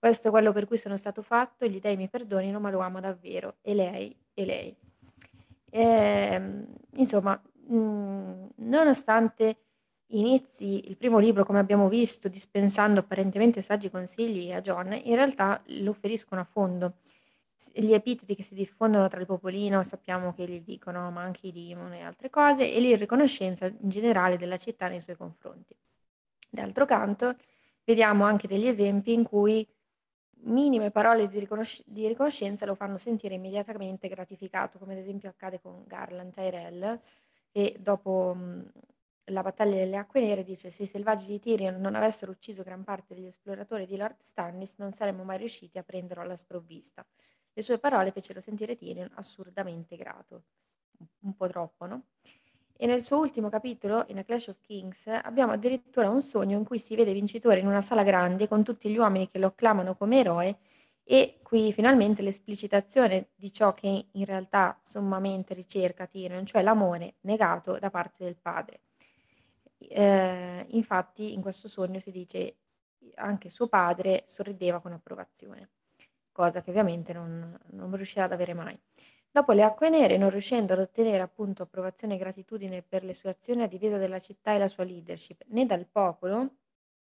questo è quello per cui sono stato fatto, gli dei mi perdonino, ma lo amo davvero. E lei, e lei. Ehm, insomma, mh, nonostante inizi il primo libro, come abbiamo visto, dispensando apparentemente saggi consigli a John, in realtà lo feriscono a fondo. S- Gli epiteti che si diffondono tra il popolino sappiamo che gli dicono ma anche i demoni e altre cose, e l'irriconoscenza in generale della città nei suoi confronti. D'altro canto, vediamo anche degli esempi in cui minime parole di, riconosc- di riconoscenza lo fanno sentire immediatamente gratificato, come ad esempio accade con Garland Tyrell, che dopo mh, la battaglia delle Acque Nere dice: se i selvaggi di Tyrion non avessero ucciso gran parte degli esploratori di Lord Stannis, non saremmo mai riusciti a prenderlo alla sprovvista. Le sue parole fecero sentire Tyrion assurdamente grato. Un po' troppo, no? E nel suo ultimo capitolo, in A Clash of Kings, abbiamo addirittura un sogno in cui si vede vincitore in una sala grande con tutti gli uomini che lo acclamano come eroe, e qui finalmente l'esplicitazione di ciò che in realtà sommamente ricerca Tyrion, cioè l'amore negato da parte del padre. Eh, infatti in questo sogno si dice anche suo padre sorrideva con approvazione, cosa che ovviamente non, non riuscirà ad avere mai. Dopo le Acque Nere, non riuscendo ad ottenere appunto approvazione e gratitudine per le sue azioni a difesa della città e la sua leadership, né dal popolo,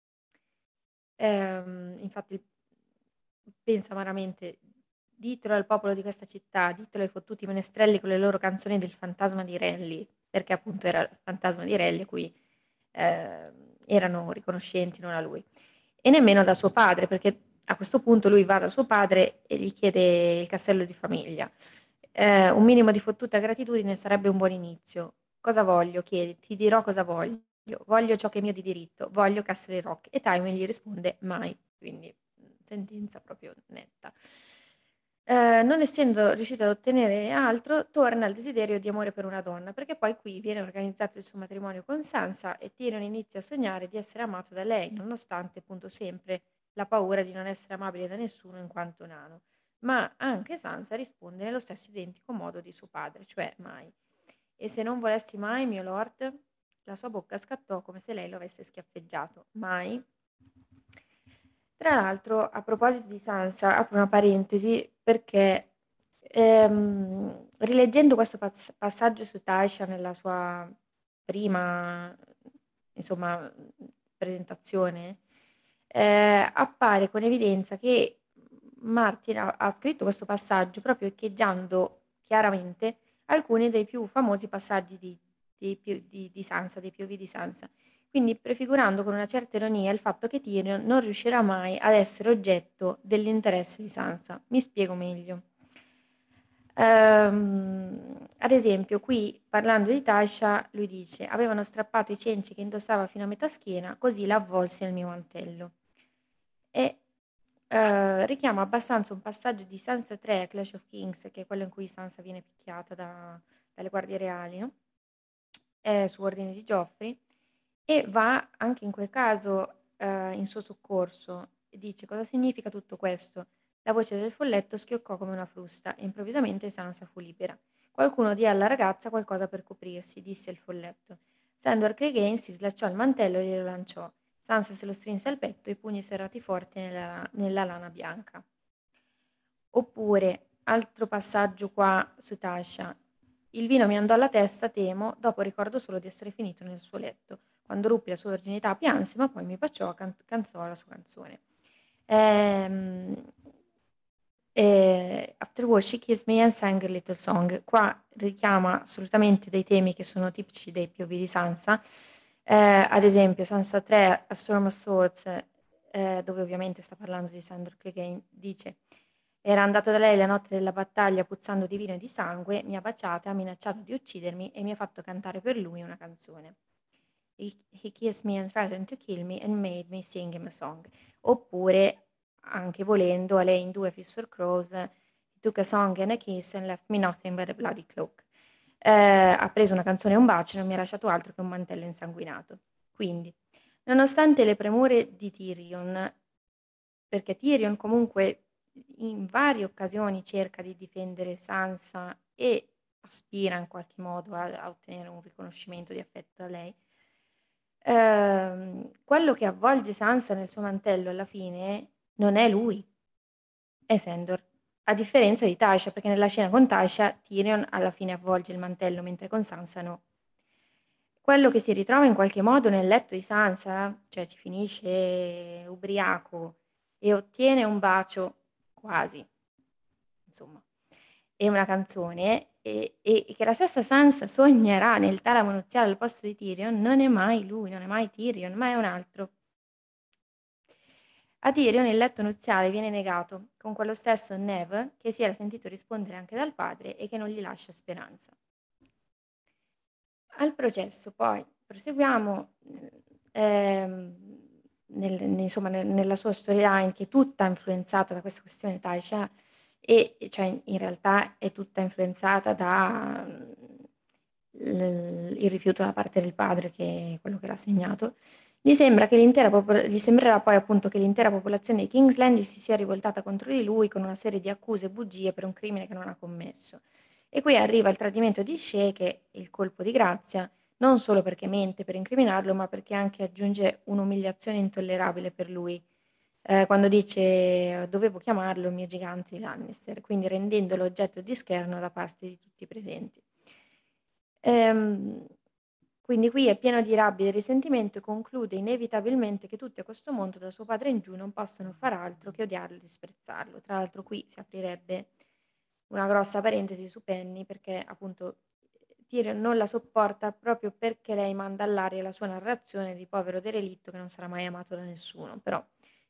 ehm, infatti pensa amaramente: ditelo al popolo di questa città, ditelo ai fottuti menestrelli con le loro canzoni del fantasma di Renly, perché appunto era il fantasma di Renly a cui eh, erano riconoscenti, non a lui. E nemmeno da suo padre, perché a questo punto lui va da suo padre e gli chiede il castello di famiglia. Eh, un minimo di fottuta gratitudine sarebbe un buon inizio. Cosa voglio? Chiedi, ti dirò cosa voglio. Voglio ciò che è mio di diritto, voglio Castle Rock. E Tywin gli risponde mai. Quindi sentenza proprio netta. Eh, non essendo riuscito ad ottenere altro, torna al desiderio di amore per una donna, perché poi qui viene organizzato il suo matrimonio con Sansa e Tyrion inizia a sognare di essere amato da lei, nonostante appunto sempre la paura di non essere amabile da nessuno in quanto nano. Ma anche Sansa risponde nello stesso identico modo di suo padre, cioè mai. E se non volessi mai, mio lord, la sua bocca scattò come se lei lo avesse schiaffeggiato. Mai. Tra l'altro, a proposito di Sansa, apro una parentesi perché ehm, rileggendo questo pas- passaggio su Taisha nella sua prima, insomma, presentazione, eh, appare con evidenza che Martin ha, ha scritto questo passaggio proprio echeggiando chiaramente alcuni dei più famosi passaggi di, di, Pio- di- di Sansa, dei P O V di Sansa. Quindi prefigurando con una certa ironia il fatto che Tyrion non riuscirà mai ad essere oggetto dell'interesse di Sansa. Mi spiego meglio. Ehm, ad esempio, qui parlando di Tasha, lui dice: avevano strappato i cenci che indossava fino a metà schiena, così la avvolsi nel mio mantello. E eh, richiama abbastanza un passaggio di Sansa tre, Clash of Kings, che è quello in cui Sansa viene picchiata da- dalle guardie reali, no? Eh, su ordine di Joffrey, e va anche in quel caso eh, in suo soccorso e dice: cosa significa tutto questo? La voce del folletto schioccò come una frusta e improvvisamente Sansa fu libera. Qualcuno dia alla ragazza qualcosa per coprirsi, disse il folletto. Sandor Clegane si slacciò il mantello e glielo lanciò. Sansa se lo strinse al petto, i pugni serrati forti nella, nella lana bianca. Oppure, altro passaggio qua su Tasha. Il vino mi andò alla testa, temo, dopo ricordo solo di essere finito nel suo letto. Quando ruppi la sua virginità pianse, ma poi mi baciò, can- canzò la sua canzone. Ehm, eh, Afterward She Kissed Me and Sang a Little Song. Qua richiama assolutamente dei temi che sono tipici dei P O V di Sansa. Eh, ad esempio, Sansa tre, A Storm of Swords, eh, dove ovviamente sta parlando di Sandor Clegane, dice: era andato da lei la notte della battaglia puzzando di vino e di sangue, mi ha baciata, ha minacciato di uccidermi e mi ha fatto cantare per lui una canzone. He, he kissed me and threatened to kill me and made me sing him a song. Oppure, anche volendo, a lei in due Fist for Crows, he took a song and a kiss and left me nothing but a bloody cloak. Eh, ha preso una canzone e un bacio e non mi ha lasciato altro che un mantello insanguinato. Quindi, nonostante le premure di Tyrion, perché Tyrion comunque in varie occasioni cerca di difendere Sansa e aspira in qualche modo a, a ottenere un riconoscimento di affetto da lei. Ehm, quello che avvolge Sansa nel suo mantello alla fine non è lui, è Sandor. A differenza di Tysha, perché nella scena con Tysha Tyrion alla fine avvolge il mantello, mentre con Sansa no. Quello che si ritrova in qualche modo nel letto di Sansa, cioè ci finisce ubriaco e ottiene un bacio quasi, insomma, e una canzone, e, e- e che la stessa Sansa sognerà nel talamo nuziale al posto di Tyrion, non è mai lui, non è mai Tyrion, ma è un altro. A Tyrion il letto nuziale viene negato, con quello stesso Neve che si era sentito rispondere anche dal padre e che non gli lascia speranza. Al processo poi proseguiamo, ehm, nel- insomma, nel- nella sua storyline che è tutta influenzata da questa questione Taisha e e cioè in in realtà è tutta influenzata da mm, l- il rifiuto da parte del padre, che è quello che l'ha segnato. Gli sembra che l'intera popola- gli sembrerà poi appunto che l'intera popolazione di King's Landing si sia rivoltata contro di lui con una serie di accuse e bugie per un crimine che non ha commesso. E qui arriva il tradimento di Shea, che è il colpo di grazia, non solo perché mente per incriminarlo, ma perché anche aggiunge un'umiliazione intollerabile per lui, eh, quando dice dovevo chiamarlo il mio gigante di Lannister, quindi rendendolo oggetto di scherno da parte di tutti i presenti. Ehm, quindi qui è pieno di rabbia e risentimento e conclude inevitabilmente che tutti a questo mondo, da suo padre in giù, non possono far altro che odiarlo e disprezzarlo. Tra l'altro qui si aprirebbe una grossa parentesi su Penny, perché appunto Tyrion non la sopporta proprio perché lei manda all'aria la sua narrazione di povero derelitto che non sarà mai amato da nessuno. Però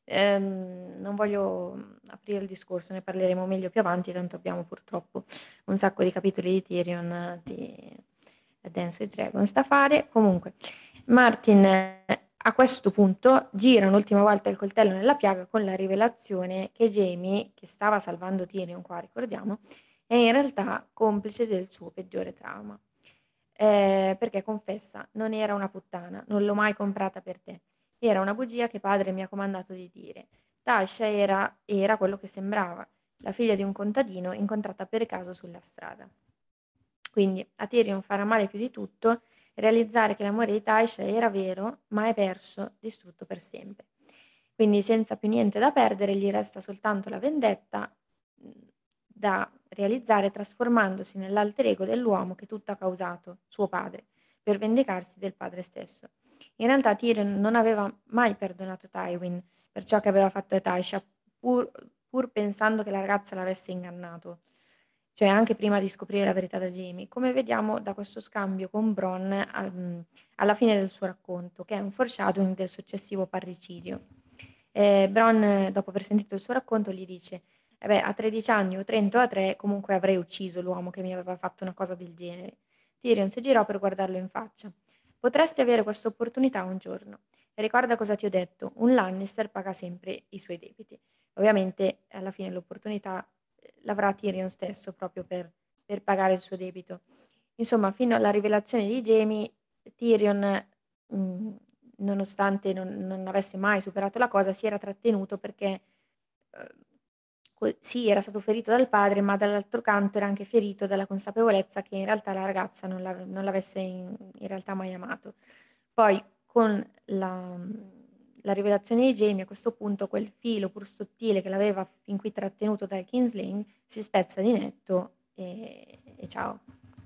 ehm, non voglio mm, aprire il discorso, ne parleremo meglio più avanti, tanto abbiamo purtroppo un sacco di capitoli di Tyrion eh, di Dance with Dragons da fare. Comunque, Martin eh, a questo punto gira un'ultima volta il coltello nella piaga con la rivelazione che Jaime, che stava salvando Tyrion qua, ricordiamo, è in realtà complice del suo peggiore trauma. Eh, perché confessa, non era una puttana, non l'ho mai comprata per te. Era una bugia che padre mi ha comandato di dire. Tasha era, era quello che sembrava, la figlia di un contadino incontrata per caso sulla strada. Quindi a Tyrion farà male più di tutto realizzare che l'amore di Tasha era vero, ma è perso, distrutto per sempre. Quindi senza più niente da perdere, gli resta soltanto la vendetta mh, da realizzare trasformandosi nell'alter ego dell'uomo che tutto ha causato, suo padre, per vendicarsi del padre stesso. In realtà Tyrion non aveva mai perdonato Tywin per ciò che aveva fatto a Tasha, pur, pur pensando che la ragazza l'avesse ingannato, cioè anche prima di scoprire la verità da Jamie, come vediamo da questo scambio con Bronn al- alla fine del suo racconto, che è un foreshadowing del successivo parricidio. Eh, Bronn, eh, dopo aver sentito il suo racconto, gli dice: "Eh beh, a tredici anni o trenta o a tre, comunque avrei ucciso l'uomo che mi aveva fatto una cosa del genere." Tyrion si girò per guardarlo in faccia. "Potresti avere questa opportunità un giorno. E ricorda cosa ti ho detto: un Lannister paga sempre i suoi debiti." Ovviamente, alla fine l'opportunità eh, l'avrà Tyrion stesso proprio per, per pagare il suo debito. Insomma, fino alla rivelazione di Jaime, Tyrion, mh, nonostante non, non avesse mai superato la cosa, si era trattenuto perché eh, co- sì, era stato ferito dal padre, ma dall'altro canto era anche ferito dalla consapevolezza che in realtà la ragazza non, l'av- non l'avesse in, in realtà mai amato. Poi con la, la rivelazione di Jamie, a questo punto quel filo pur sottile che l'aveva fin qui trattenuto dal Kingsling si spezza di netto e, e ciao.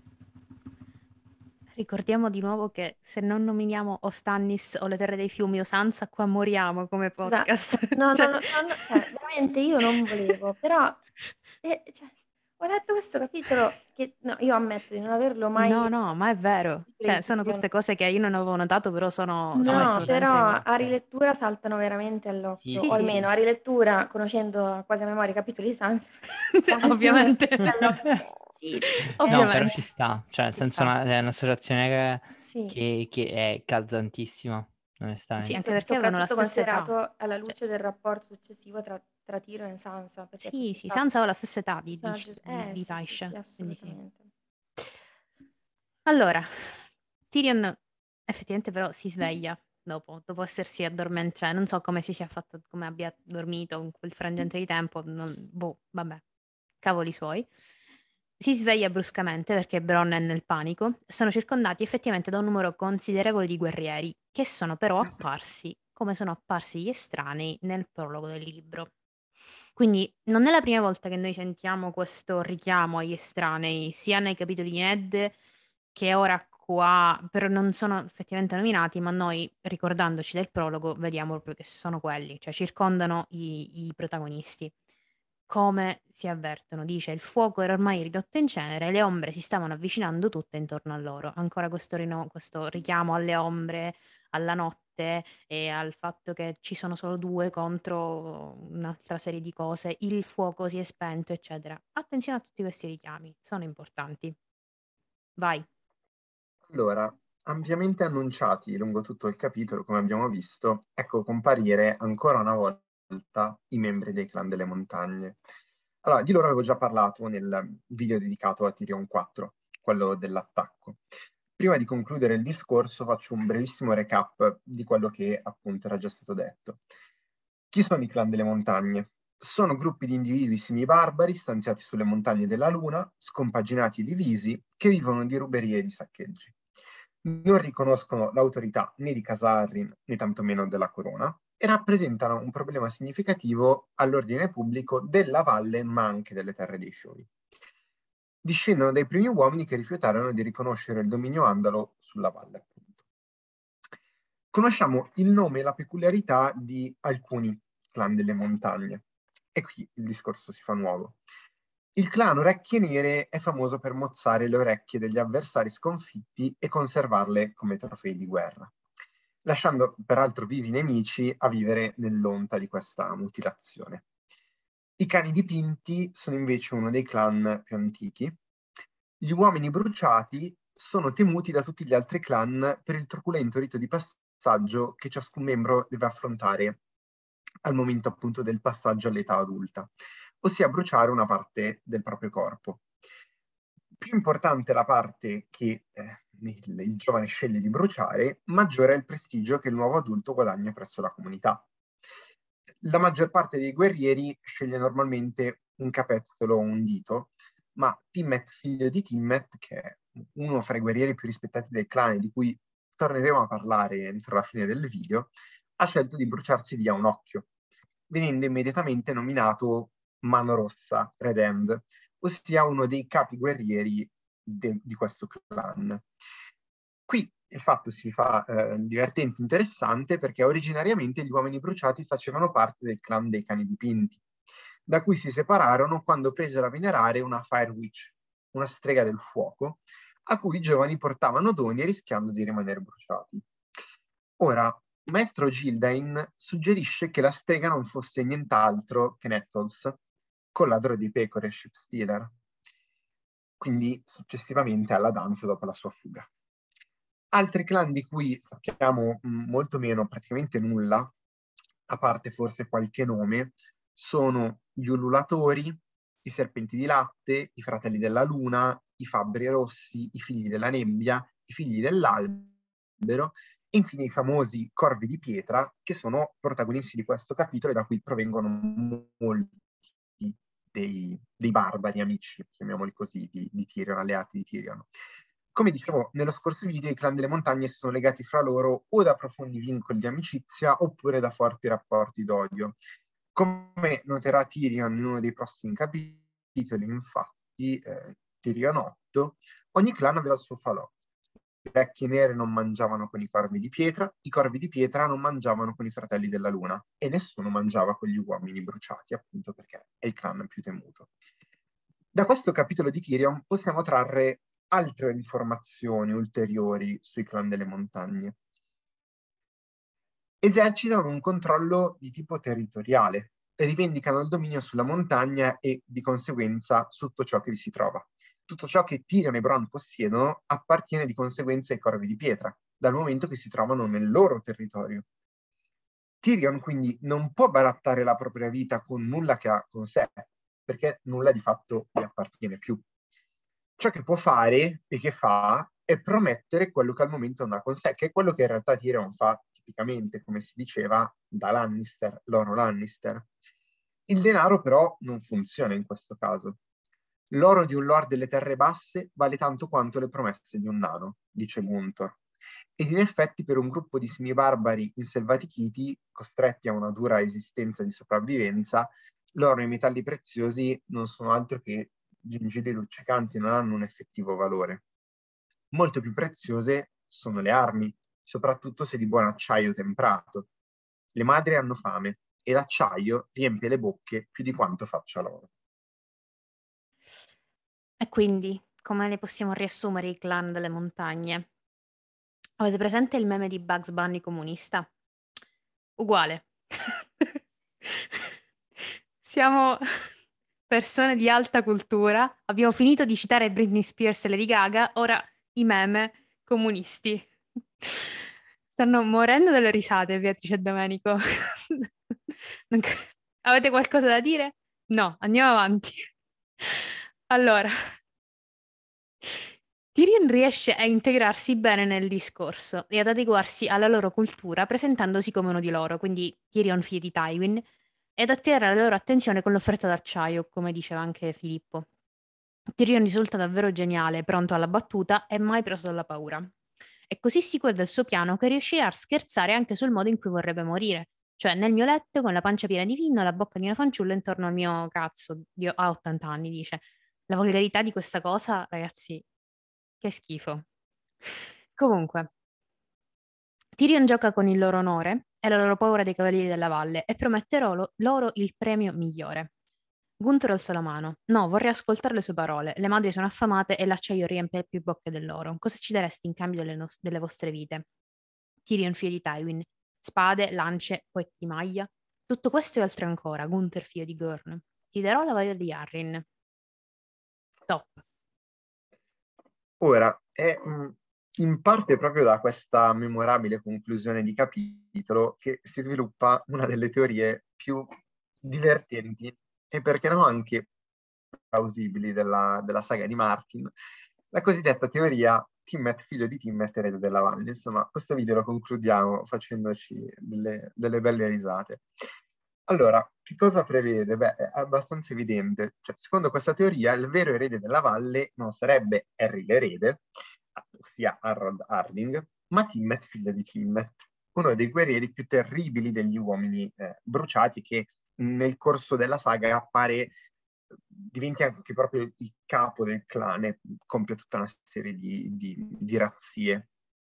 Ricordiamo di nuovo che se non nominiamo o Stannis o le Terre dei Fiumi o Sansa, qua moriamo come podcast. Esatto. No, no, Cioè- no, no, no, cioè, veramente io non volevo, però eh, cioè, ho letto questo capitolo che no, io ammetto di non averlo mai No, no, ma è vero. capitolo Cioè, di sono Tyrion. tutte cose che io non avevo notato, però sono, sono No, No, sì, assolutamente però vere. a ok. rilettura saltano veramente Sì, all'occhio, Sì, o sì, sì. almeno sì. a rilettura, conoscendo quasi a memoria i capitoli di Sans, Sì, saltano ovviamente. veramente all'occhio. Sì, No, però Ovviamente. ci sta, cioè nel Ci senso sta. una- è un'associazione sì, che, che- che è calzantissima, Sì, sì, onestamente. anche so- perché avevano la soprattutto stessa età. considerato alla Cioè, luce del rapporto successivo tra, tra Tyrion e Sansa, perché sì, appunto sì, sta Sansa aveva la stessa età di, di, personaggio... di, Eh di sì, sì, sì, Taisha, quindi sì. assolutamente. Allora, Tyrion effettivamente però si sveglia dopo, dopo essersi addormentato, cioè non so come si sia fatto, come abbia dormito in quel frangente di tempo, non- boh, vabbè, cavoli suoi. Si sveglia bruscamente perché Bronn è nel panico. Sono circondati effettivamente da un numero considerevole di guerrieri, che sono però apparsi come sono apparsi gli estranei nel prologo del libro. Quindi non è la prima volta che noi sentiamo questo richiamo agli estranei, sia nei capitoli di Ned che ora qua, però non sono effettivamente nominati, ma noi ricordandoci del prologo vediamo proprio che sono quelli, cioè circondano i, i protagonisti. Come si avvertono, dice, il fuoco era ormai ridotto in cenere e le ombre si stavano avvicinando tutte intorno a loro. Ancora questo, rino- questo richiamo alle ombre, alla notte e al fatto che ci sono solo due contro un'altra serie di cose, il fuoco si è spento, eccetera. Attenzione a tutti questi richiami, sono importanti. Vai. Allora, ampiamente annunciati lungo tutto il capitolo, come abbiamo visto, ecco comparire ancora una volta i membri dei clan delle montagne. Allora, di loro avevo già parlato nel video dedicato a Tyrion quattro, quello dell'attacco. Prima di concludere il discorso faccio un brevissimo recap di quello che appunto era già stato detto. Chi sono i clan delle montagne? Sono gruppi di individui semibarbari stanziati sulle montagne della Luna, scompaginati e divisi, che vivono di ruberie e di saccheggi. Non riconoscono l'autorità né di Casa Arryn né tantomeno della corona e rappresentano un problema significativo all'ordine pubblico della valle ma anche delle terre dei fiori. Discendono dai primi uomini che rifiutarono di riconoscere il dominio andalo sulla valle, appunto. Conosciamo il nome e la peculiarità di alcuni clan delle montagne e qui il discorso si fa nuovo. Il clan Orecchie Nere è famoso per mozzare le orecchie degli avversari sconfitti e conservarle come trofei di guerra, lasciando peraltro vivi nemici a vivere nell'onta di questa mutilazione. I cani dipinti sono invece uno dei clan più antichi. Gli uomini bruciati sono temuti da tutti gli altri clan per il truculento rito di passaggio che ciascun membro deve affrontare al momento appunto del passaggio all'età adulta, ossia bruciare una parte del proprio corpo. Più importante è la parte che eh, il, il giovane sceglie di bruciare, maggiore è il prestigio che il nuovo adulto guadagna presso la comunità. La maggior parte dei guerrieri sceglie normalmente un capezzolo o un dito, ma Timmet, figlio di Timmet, che è uno fra i guerrieri più rispettati del clan, di cui torneremo a parlare entro la fine del video, ha scelto di bruciarsi via un occhio, venendo immediatamente nominato Mano Rossa, Red Hand, ossia uno dei capi guerrieri de- di questo clan. Qui il fatto si fa eh, divertente e interessante perché originariamente gli uomini bruciati facevano parte del clan dei cani dipinti, da cui si separarono quando presero a venerare una Fire Witch, una strega del fuoco, a cui i giovani portavano doni rischiando di rimanere bruciati. Ora, Maestro Gildain suggerisce che la strega non fosse nient'altro che Nettles, colladro di pecore e ship stealer, quindi successivamente alla danza dopo la sua fuga. Altri clan di cui sappiamo mh, molto meno, praticamente nulla, a parte forse qualche nome, sono gli Ululatori, i Serpenti di Latte, i Fratelli della Luna, i Fabbri Rossi, i Figli della Nebbia, i Figli dell'Albero e infine i famosi Corvi di Pietra, che sono protagonisti di questo capitolo e da cui provengono molti dei, dei barbari amici, chiamiamoli così, di, di Tyrion, alleati di Tyrion. Come dicevo nello scorso video, i clan delle montagne sono legati fra loro o da profondi vincoli di amicizia oppure da forti rapporti d'odio. Come noterà Tyrion in uno dei prossimi capitoli, infatti, eh, Tyrion otto, ogni clan aveva il suo falò. Le orecchie nere non mangiavano con i corvi di pietra, i corvi di pietra non mangiavano con i fratelli della luna e nessuno mangiava con gli uomini bruciati, appunto perché è il clan più temuto. Da questo capitolo di Tyrion possiamo trarre altre informazioni ulteriori sui clan delle montagne. Esercitano un controllo di tipo territoriale e rivendicano il dominio sulla montagna e di conseguenza su tutto ciò che vi si trova. Tutto ciò che Tyrion e Bronn possiedono appartiene di conseguenza ai corvi di pietra, dal momento che si trovano nel loro territorio. Tyrion quindi non può barattare la propria vita con nulla che ha con sé, perché nulla di fatto gli appartiene più. Ciò che può fare e che fa è promettere quello che al momento non ha con sé, che è quello che in realtà Tyrion fa tipicamente, come si diceva, da Lannister, loro Lannister. Il denaro però non funziona in questo caso. L'oro di un lord delle terre basse vale tanto quanto le promesse di un nano, dice Gunthor, ed in effetti per un gruppo di semibarbari inselvatichiti, costretti a una dura esistenza di sopravvivenza, l'oro e i metalli preziosi non sono altro che gingilli luccicanti, non hanno un effettivo valore. Molto più preziose sono le armi, soprattutto se di buon acciaio temprato. Le madri hanno fame e l'acciaio riempie le bocche più di quanto faccia l'oro. E quindi, come ne possiamo riassumere i clan delle montagne? Avete presente il meme di Bugs Bunny comunista? Uguale. Siamo persone di alta cultura, abbiamo finito di citare Britney Spears e Lady Gaga, ora i meme comunisti. Stanno morendo delle risate, Beatrice e Domenico. Non cre- Avete qualcosa da dire? No, andiamo avanti. Allora, Tyrion riesce a integrarsi bene nel discorso e ad adeguarsi alla loro cultura presentandosi come uno di loro, quindi Tyrion figlio di Tywin, ed attirare la loro attenzione con l'offerta d'acciaio, come diceva anche Filippo. Tyrion risulta davvero geniale, pronto alla battuta e mai preso dalla paura. È così sicuro del suo piano che riuscirà a scherzare anche sul modo in cui vorrebbe morire, cioè nel mio letto con la pancia piena di vino e la bocca di una fanciulla intorno al mio cazzo, Dio, ha ottanta anni, dice. La volgarità di questa cosa, ragazzi, che schifo. Comunque, Tyrion gioca con il loro onore e la loro paura dei Cavalieri della Valle e promette loro, loro il premio migliore. Gunther alzò la mano. No, vorrei ascoltare le sue parole. Le madri sono affamate e l'acciaio riempie più bocche del loro. Cosa ci daresti in cambio delle, nos- delle vostre vite? Tyrion figlio di Tywin. Spade, lance, poetti di maglia. Tutto questo e altro ancora. Gunther figlio di Gorn. Ti darò la valle di Arryn. Top. Ora, è mh, in parte proprio da questa memorabile conclusione di capitolo che si sviluppa una delle teorie più divertenti e perché no anche plausibili della, della saga di Martin, la cosiddetta teoria Timmet figlio di Timmet erede della valle. Insomma, questo video lo concludiamo facendoci delle, delle belle risate. Allora, che cosa prevede? Beh, è abbastanza evidente. Cioè, secondo questa teoria, il vero erede della valle non sarebbe Harry l'erede, ossia Harold Harding, ma Timmet, figlio di Timmet, uno dei guerrieri più terribili degli uomini eh, bruciati che nel corso della saga appare, diventi anche proprio il capo del clan e compie tutta una serie di, di, di razzie.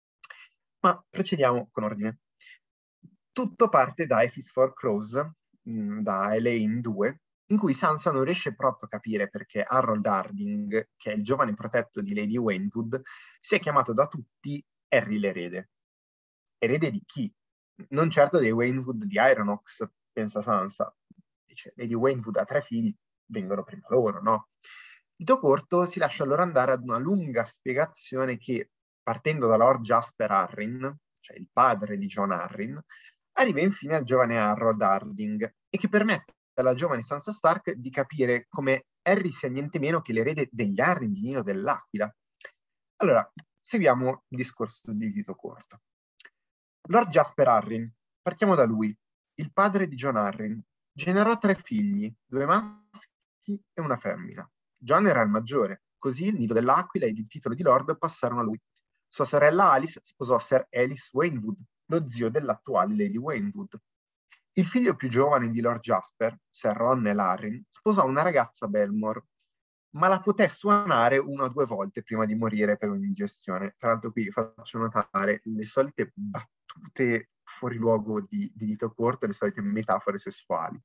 Ma procediamo con ordine. Tutto parte da F is for Crows, mh, da Elaine due, in cui Sansa non riesce proprio a capire perché Harold Harding, che è il giovane protetto di Lady Waynwood, si è chiamato da tutti Harry l'erede. Erede di chi? Non certo dei Waynwood di Ironox, pensa Sansa. Dice, Lady Waynwood ha tre figli, vengono prima loro, no? Dito corto, si lascia allora andare ad una lunga spiegazione che, partendo da Lord Jasper Arryn, cioè il padre di Jon Arryn, arriva infine al giovane Harold Harding e che permette alla giovane Sansa Stark di capire come Harry sia niente meno che l'erede degli Arryn di Nido dell'Aquila. Allora, seguiamo il discorso di Dito corto. Lord Jasper Arryn, partiamo da lui, il padre di Jon Arryn, generò tre figli, due maschi e una femmina. Jon era il maggiore, così il Nido dell'Aquila ed il titolo di Lord passarono a lui. Sua sorella Alice sposò Sir Ellis Waynwood, lo zio dell'attuale Lady Waynwood. Il figlio più giovane di Lord Jasper, Sir Ronnell Arryn, sposò una ragazza Belmore, ma la poté suonare una o due volte prima di morire per un'indigestione. Tra l'altro qui faccio notare le solite battute fuori luogo di, di Dito corto, le solite metafore sessuali.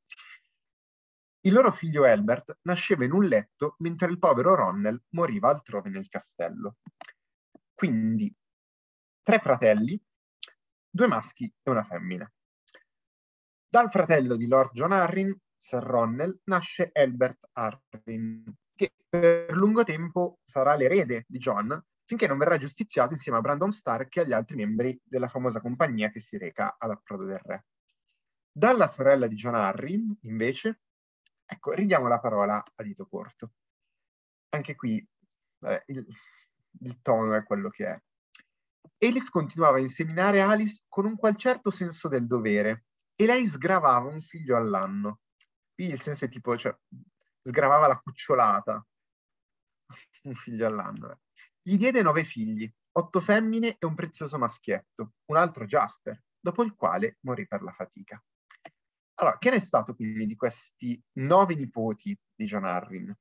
Il loro figlio Elbert nasceva in un letto mentre il povero Ronnell moriva altrove nel castello. Quindi, tre fratelli, due maschi e una femmina. Dal fratello di Lord Jon Arryn, Sir Ronnell, nasce Elbert Arryn, che per lungo tempo sarà l'erede di Jon, finché non verrà giustiziato insieme a Brandon Stark e agli altri membri della famosa compagnia che si reca all'approdo del re. Dalla sorella di Jon Arryn, invece, ecco, ridiamo la parola a Dito corto. Anche qui eh, il, il tono è quello che è. Alice continuava a inseminare Alice con un qual certo senso del dovere e lei sgravava un figlio all'anno. Qui il senso è tipo, cioè, sgravava la cucciolata, un figlio all'anno. Eh. Gli diede nove figli, otto femmine e un prezioso maschietto, un altro Jasper, dopo il quale morì per la fatica. Allora, che ne è stato quindi di questi nove nipoti di John Arryn?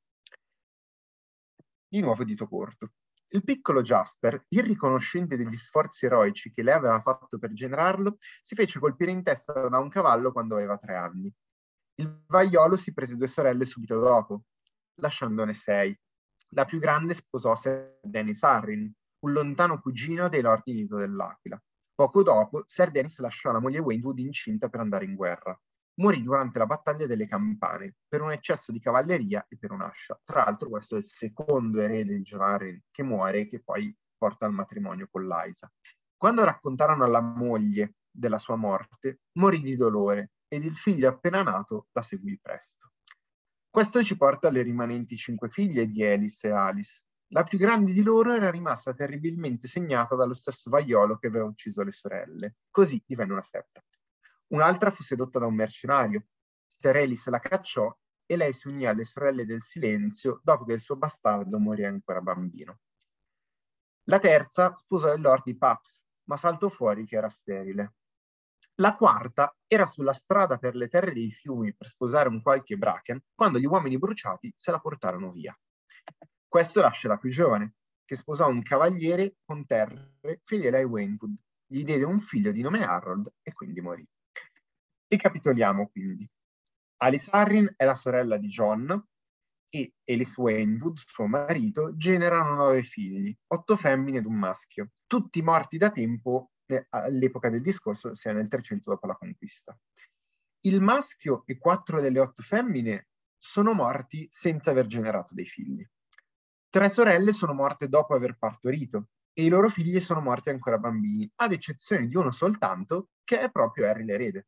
Di nuovo dito corto. Il piccolo Jasper, irriconoscente degli sforzi eroici che lei aveva fatto per generarlo, si fece colpire in testa da un cavallo quando aveva tre anni. Il vaiolo si prese due sorelle subito dopo, lasciandone sei. La più grande sposò Ser Denys Arryn, un lontano cugino dei Lord di Nido dell'Aquila. Poco dopo, Ser Denys lasciò la moglie Waynwood incinta per andare in guerra. Morì durante la battaglia delle Campane, per un eccesso di cavalleria e per un'ascia. Tra l'altro questo è il secondo erede di John Arryn che muore e che poi porta al matrimonio con Lysa. Quando raccontarono alla moglie della sua morte, morì di dolore ed il figlio appena nato la seguì presto. Questo ci porta alle rimanenti cinque figlie di Aelys e Alice. La più grande di loro era rimasta terribilmente segnata dallo stesso vaiolo che aveva ucciso le sorelle. Così divenne una serva. Un'altra fu sedotta da un mercenario. Ser Aelys la cacciò e lei si unì alle sorelle del silenzio dopo che il suo bastardo morì ancora bambino. La terza sposò il lord di Paps, ma saltò fuori che era sterile. La quarta era sulla strada per le terre dei fiumi per sposare un qualche Bracken quando gli uomini bruciati se la portarono via. Questo lascia la più giovane, che sposò un cavaliere con terre fedele ai Waynwood. Gli diede un figlio di nome Harold e quindi morì. Ricapitoliamo quindi. Aelys Arryn è la sorella di Jon e Aelys Waynwood, suo marito, generano nove figli, otto femmine ed un maschio, tutti morti da tempo eh, all'epoca del discorso, ossia nel trecento dopo la conquista. Il maschio e quattro delle otto femmine sono morti senza aver generato dei figli. Tre sorelle sono morte dopo aver partorito e i loro figli sono morti ancora bambini, ad eccezione di uno soltanto, che è proprio Harry l'erede.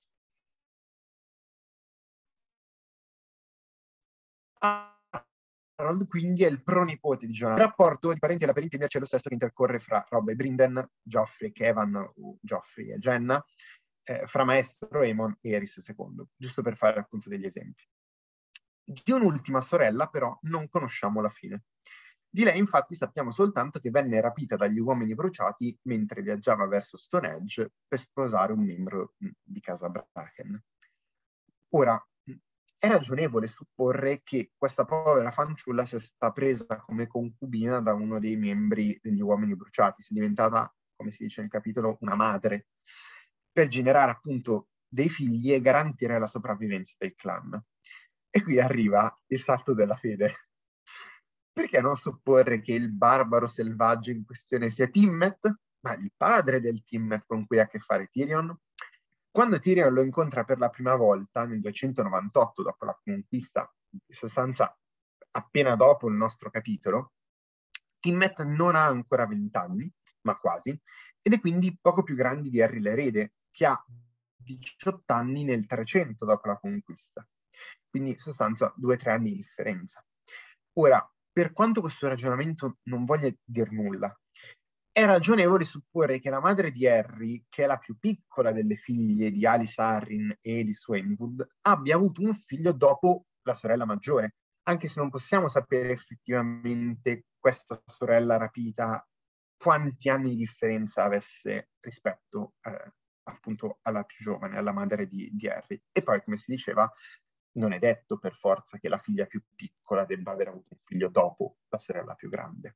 Harold quindi è il pronipote di Jon. Il rapporto di parenti alla per intenderci è lo stesso che intercorre fra Robb e Brynden, Joffrey e Kevan, o Joffrey e Jenna, eh, fra Maestro Aemon e Aerys secondo, giusto per fare appunto degli esempi. Di un'ultima sorella però non conosciamo la fine. Di lei infatti sappiamo soltanto che venne rapita dagli uomini bruciati mentre viaggiava verso Stonehenge per sposare un membro di casa Bracken. Ora, è ragionevole supporre che questa povera fanciulla sia stata presa come concubina da uno dei membri degli uomini bruciati, sia diventata, come si dice nel capitolo, una madre, per generare appunto dei figli e garantire la sopravvivenza del clan. E qui arriva il salto della fede. Perché non supporre che il barbaro selvaggio in questione sia Timmet, ma il padre del Timmet con cui ha a che fare Tyrion? Quando Tyrion lo incontra per la prima volta, nel duecentonovantotto, dopo la conquista, in sostanza appena dopo il nostro capitolo, Timmet non ha ancora vent'anni, ma quasi, ed è quindi poco più grande di Harry l'erede, che ha diciotto anni nel trecento dopo la conquista. Quindi in sostanza due o tre anni di differenza. Ora, per quanto questo ragionamento non voglia dir nulla, è ragionevole supporre che la madre di Harry, che è la più piccola delle figlie di Aelys Arryn e Aelys Waynwood, abbia avuto un figlio dopo la sorella maggiore, anche se non possiamo sapere effettivamente questa sorella rapita quanti anni di differenza avesse rispetto eh, appunto alla più giovane, alla madre di, di Harry. E poi, come si diceva, non è detto per forza che la figlia più piccola debba aver avuto un figlio dopo la sorella più grande.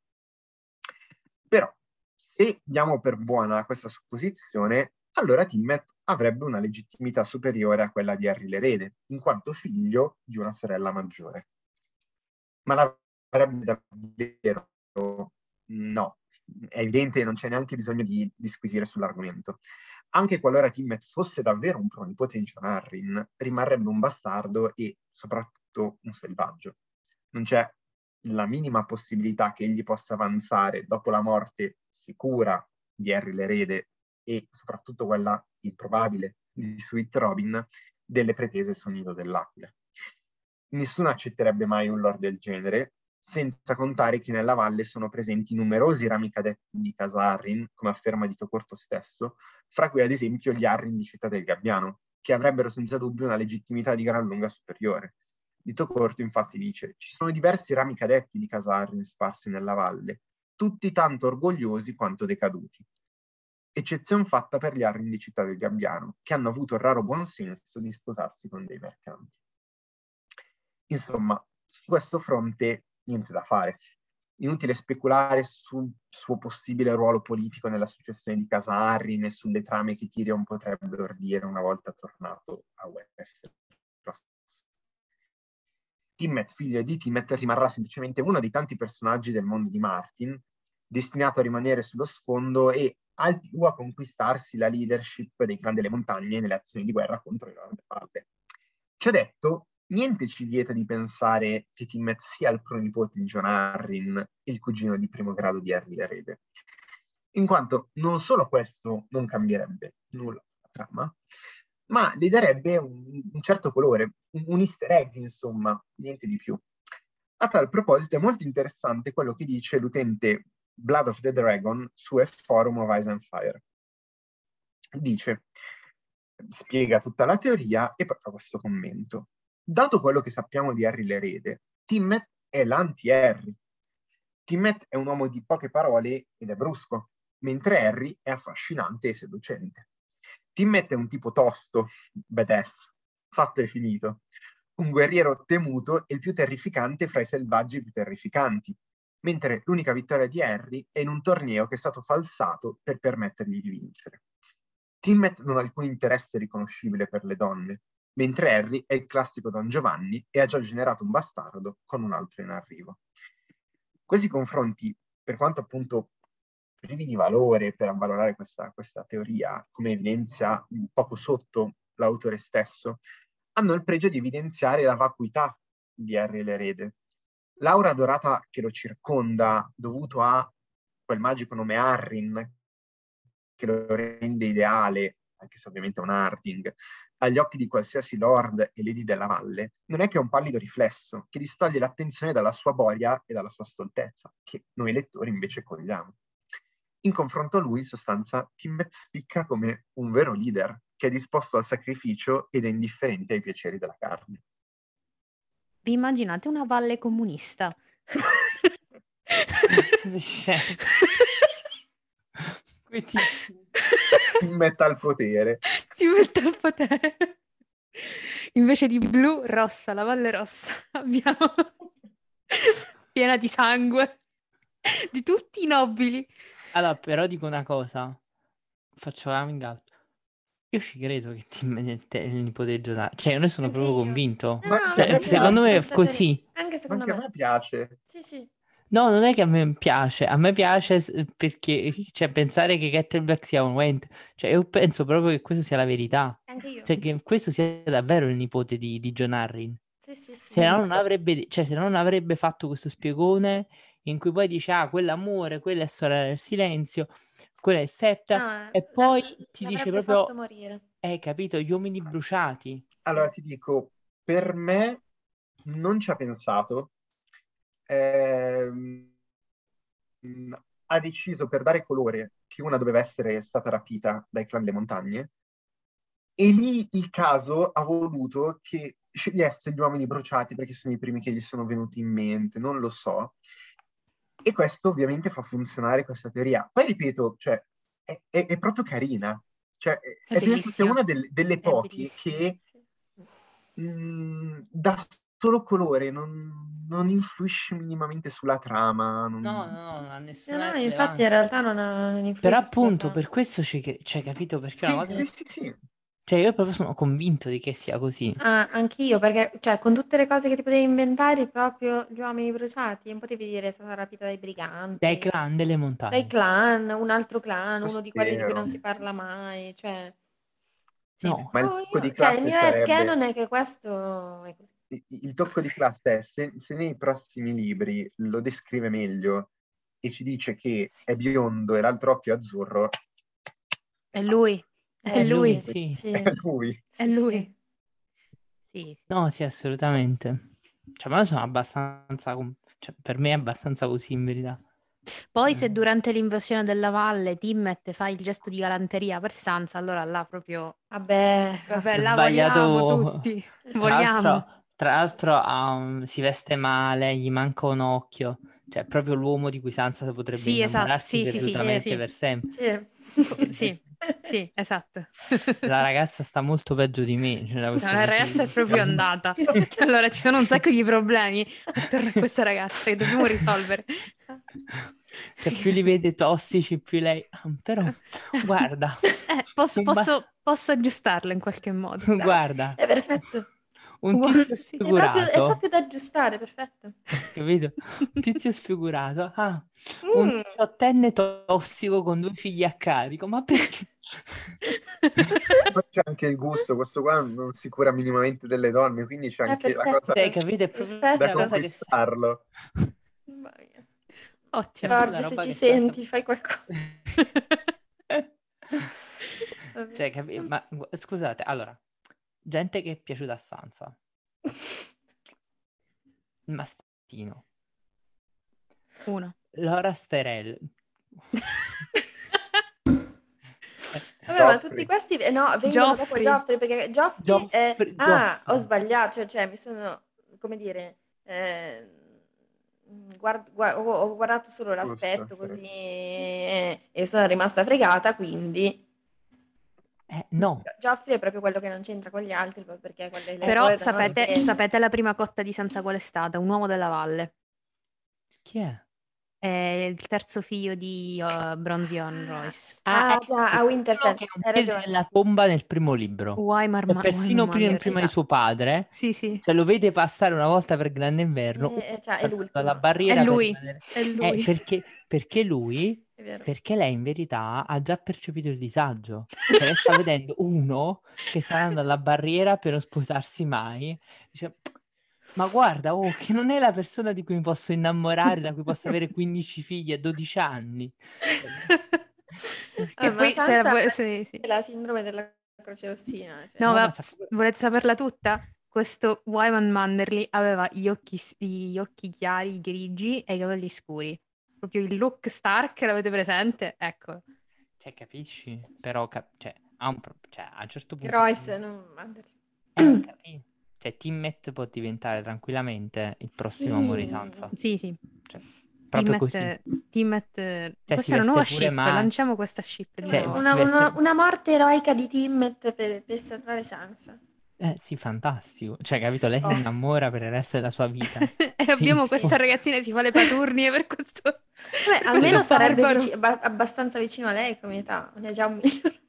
Però, se diamo per buona questa supposizione, allora Timmet avrebbe una legittimità superiore a quella di Harry l'erede, in quanto figlio di una sorella maggiore. Ma l'avrebbe davvero? No, è evidente, non c'è neanche bisogno di disquisire sull'argomento. Anche qualora Timmet fosse davvero un pronipote di Jon Arryn, rimarrebbe un bastardo e soprattutto un selvaggio. Non c'è la minima possibilità che egli possa avanzare dopo la morte sicura di Harry l'erede e soprattutto quella improbabile di Sweet Robin delle pretese sul Nido dell'Aquila. Nessuno accetterebbe mai un lord del genere, senza contare che nella valle sono presenti numerosi rami cadetti di casa Arryn, come afferma Dito Corto stesso, fra cui ad esempio gli Arryn di Città del Gabbiano, che avrebbero senza dubbio una legittimità di gran lunga superiore. Dito Corto infatti dice: ci sono diversi rami cadetti di casa Arryn sparsi nella valle, tutti tanto orgogliosi quanto decaduti. Eccezione fatta per gli Arryn di Città del Gabbiano, che hanno avuto il raro buonsenso di sposarsi con dei mercanti. Insomma, su questo fronte niente da fare. Inutile speculare sul suo possibile ruolo politico nella successione di casa Arryn e sulle trame che Tyrion potrebbe ordire una volta tornato a Westeros. Timett, figlio di Timett, rimarrà semplicemente uno dei tanti personaggi del mondo di Martin, destinato a rimanere sullo sfondo e al più a conquistarsi la leadership dei clan delle montagne nelle azioni di guerra contro i loro valle. Ciò detto, niente ci vieta di pensare che Timett sia il pronipote di Jon Arryn e il cugino di primo grado di Harry l'erede, in quanto non solo questo non cambierebbe nulla alla trama, ma le darebbe un, un certo colore, un, un easter egg, insomma, niente di più. A tal proposito è molto interessante quello che dice l'utente Blood of the Dragon su A Forum of Ice and Fire. Dice, spiega tutta la teoria e poi fa questo commento. Dato quello che sappiamo di Harry l'erede, Timett è l'anti-Harry. Timett è un uomo di poche parole ed è brusco, mentre Harry è affascinante e seducente. Timett è un tipo tosto, badass, fatto e finito, un guerriero temuto e il più terrificante fra i selvaggi più terrificanti, mentre l'unica vittoria di Harry è in un torneo che è stato falsato per permettergli di vincere. Timett non ha alcun interesse riconoscibile per le donne, mentre Harry è il classico Don Giovanni e ha già generato un bastardo con un altro in arrivo. Questi confronti, per quanto appunto privi di valore per avvalorare questa, questa teoria, come evidenzia un poco sotto l'autore stesso, hanno il pregio di evidenziare la vacuità di Harry l'erede. L'aura dorata che lo circonda, dovuto a quel magico nome Arryn, che lo rende ideale, anche se ovviamente è un Hardyng, agli occhi di qualsiasi lord e lady della valle, non è che un pallido riflesso che distoglie l'attenzione dalla sua boria e dalla sua stoltezza, che noi lettori invece cogliamo. In confronto a lui, in sostanza, Timett spicca come un vero leader, che è disposto al sacrificio ed è indifferente ai piaceri della carne. Vi immaginate una valle comunista? Così scemo. Quindi Timett al potere. Timett al potere. Invece di blu, rossa, la valle rossa. Abbiamo piena di sangue di tutti i nobili. Allora, però dico una cosa, faccio coming out. Io ci credo che Timett è il nipote di Jon Arryn. Cioè, io ne sono Anche proprio io. convinto. No, no, a Cioè, me piace secondo me è questa così. teoria. Anche secondo Anche a me. me piace. Sì, sì. No, non è che a me piace, a me piace s- perché, cioè, pensare che Catelyn sia un Went, cioè, io penso proprio che questo sia la verità, Anche io. cioè, che questo sia davvero il nipote di, di Jon Arryn. Sì, sì, sì. Se sì. no non avrebbe, cioè, se no non avrebbe fatto questo spiegone in cui poi dice, ah, quella muore, quella è sorella del silenzio, quella è Septa, No, e poi la- ti dice l'avrebbe proprio, fatto morire. eh, capito, gli uomini bruciati. Allora ti dico, per me non ci ha pensato, ehm, mh, ha deciso per dare colore che una doveva essere stata rapita dai clan delle montagne e lì il caso ha voluto che scegliesse gli uomini bruciati perché sono i primi che gli sono venuti in mente, non lo so. E questo ovviamente fa funzionare questa teoria. Poi ripeto, cioè, è, è- è proprio carina. Cioè, è, È è- penso sia bellissima. una del- delle È poche bellissima. che Sì. mh, dà solo colore, non, non influisce minimamente sulla trama. non- No, no, no, non ha No, nessuna no, infatti in rilevanza. realtà non ha non influisce Però sulla appunto, trama. per questo c'è, che- cioè, capito, perché una Sì, cosa... sì, sì, sì. Cioè, io proprio sono convinto di che sia così. Ah, anch'io, perché cioè, con tutte le cose che ti potevi inventare, proprio gli uomini bruciati, non potevi dire è stata rapita dai Dai briganti, clan delle dai montagne. clan, un altro clan, uno di quelli di cui Spero. non si parla mai, cioè... Sì. No, Ma il Oh, tocco di io- cioè, il classe mio sarebbe... headcanon è che questo è così. Il, il tocco di classe è se, se nei prossimi libri lo descrive meglio e ci dice che Sì. è biondo e l'altro occhio è azzurro, È lui. È Eh, lui. sì, sì. sì, è lui. È sì, lui. sì. Sì. No, sì, assolutamente. Cioè, ma io sono abbastanza... com- Cioè, per me è abbastanza così, in verità. Poi Eh. se durante l'invasione della valle Timett fa il gesto di galanteria per Sansa, allora là proprio... Vabbè, Vabbè, Ha là vogliamo sbagliato. tutti. Tra Vogliamo. l'altro, tra l'altro um, si veste male, gli manca un occhio. Cioè, proprio l'uomo di cui Sansa potrebbe Sì, esatto, innamorarsi sì, sì, sì, perdutamente sì. per sempre. Sì. Sì, sì, esatto. La ragazza sta molto peggio di me. Cioè, da No, questo la punto di ragazza è vista. proprio andata. Cioè, allora, ci sono un sacco di problemi attorno a questa ragazza che dobbiamo risolvere. Cioè, più li vede tossici, più lei... Ah, però, guarda, Eh, posso, un ba- posso, posso aggiustarla in qualche modo. guarda, È perfetto. un Guarda, tizio sì. È proprio, è sfigurato, proprio da aggiustare, perfetto. capito? Un tizio sfigurato, ah, un Mm. diciottenne tossico con due figli a carico, ma perché? Poi c'è anche il gusto, questo qua non si cura minimamente delle donne, quindi c'è È anche la cosa Cioè, perfetto. capite? È proprio da una cosa Perfetto. che... conquistarlo. Mamma mia. Cioè, Ottimo. proprio una Giorgio, se roba ci che sta... senti, fai qualcosa. Vabbè. Cioè, capi- ma gu- scusate, allora, gente che è piaciuta a Sansa, il mastino, Uno. Laura Sterel. Vabbè, ma Joffrey. tutti questi eh, no, vengono dopo Geoffrey. Joffrey perché Joffrey è... Joffrey, Ah, ho Joffrey. sbagliato, cioè, cioè, mi sono, come dire, eh, guard- gua- ho ho guardato solo Giusto, l'aspetto sì. così eh, e sono rimasta fregata, quindi Eh, no, Joffrey è proprio quello che non c'entra con gli altri, proprio perché quelle le Però cose, no, sapete, niente. sapete la prima cotta di Sansa qual è stata? Un uomo della valle. chi è? È il terzo figlio di uh, Bronzion Royce. Ah, Ah, ecco, già, a quello Winterfell, che non hai chiede ragione. nella tomba nel primo libro. Waymar E Ma- persino Waymar prima, Mander, prima di esatto. suo padre, Sì, sì. cioè lo vede passare una volta per Grande Inverno, Eh, eh, cioè, è saltato dalla l'ultimo. È barriera per lui, rimanere... è Eh, lui. perché, perché lui, È vero. perché lei in verità ha già percepito il disagio. Cioè lei sta vedendo uno che sta andando alla barriera per non sposarsi mai. Dice, ma guarda, oh, che non è la persona di cui mi posso innamorare, da cui posso avere quindici figli a dodici anni. Ah, Che ma poi se la Sansa vuoi- ha sì, sì. la sindrome della croce rossina. Cioè. No, No, ma ma c'ha ps- proprio... volete saperla tutta? Questo Wyman Manderly aveva gli occhi, s- gli occhi chiari, grigi e i capelli scuri. Proprio il look Stark, l'avete presente? Ecco. Cioè, capisci? Però, cap- cioè, a un, pro- cioè, a un certo punto... Royce, non Manderly. Eh, capi? Cioè, Timmet può diventare tranquillamente il prossimo amore di Sì. Sansa. Sì, sì. Cioè, proprio così. Timmet, Timmet, Cioè, si questa è una veste nuova pure ship, male. lanciamo questa ship di Cioè, nuovo. si Una, una- veste... una morte eroica di Timmet per, per salvare Sansa. Eh, sì, fantastico. Cioè, capito? Lei si Oh. innamora per il resto della sua vita. E Si abbiamo spo- questa ragazzina che si fa le paturnie per questo, Beh, per almeno questo sarebbe barbaro. vici- abba- abbastanza vicino a lei come età, ne ha già un migliore.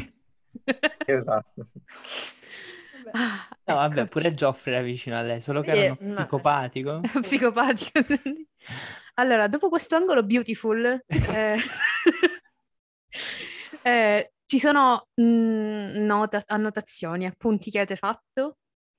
Esatto, sì. Vabbè. Ah, No, vabbè, ecco. pure Joffrey era vicino a lei, solo che era Eh, uno ma- psicopatico. Psicopatico. Allora, dopo questo angolo beautiful, eh, eh, ci sono mm, nota- annotazioni, appunti che avete fatto?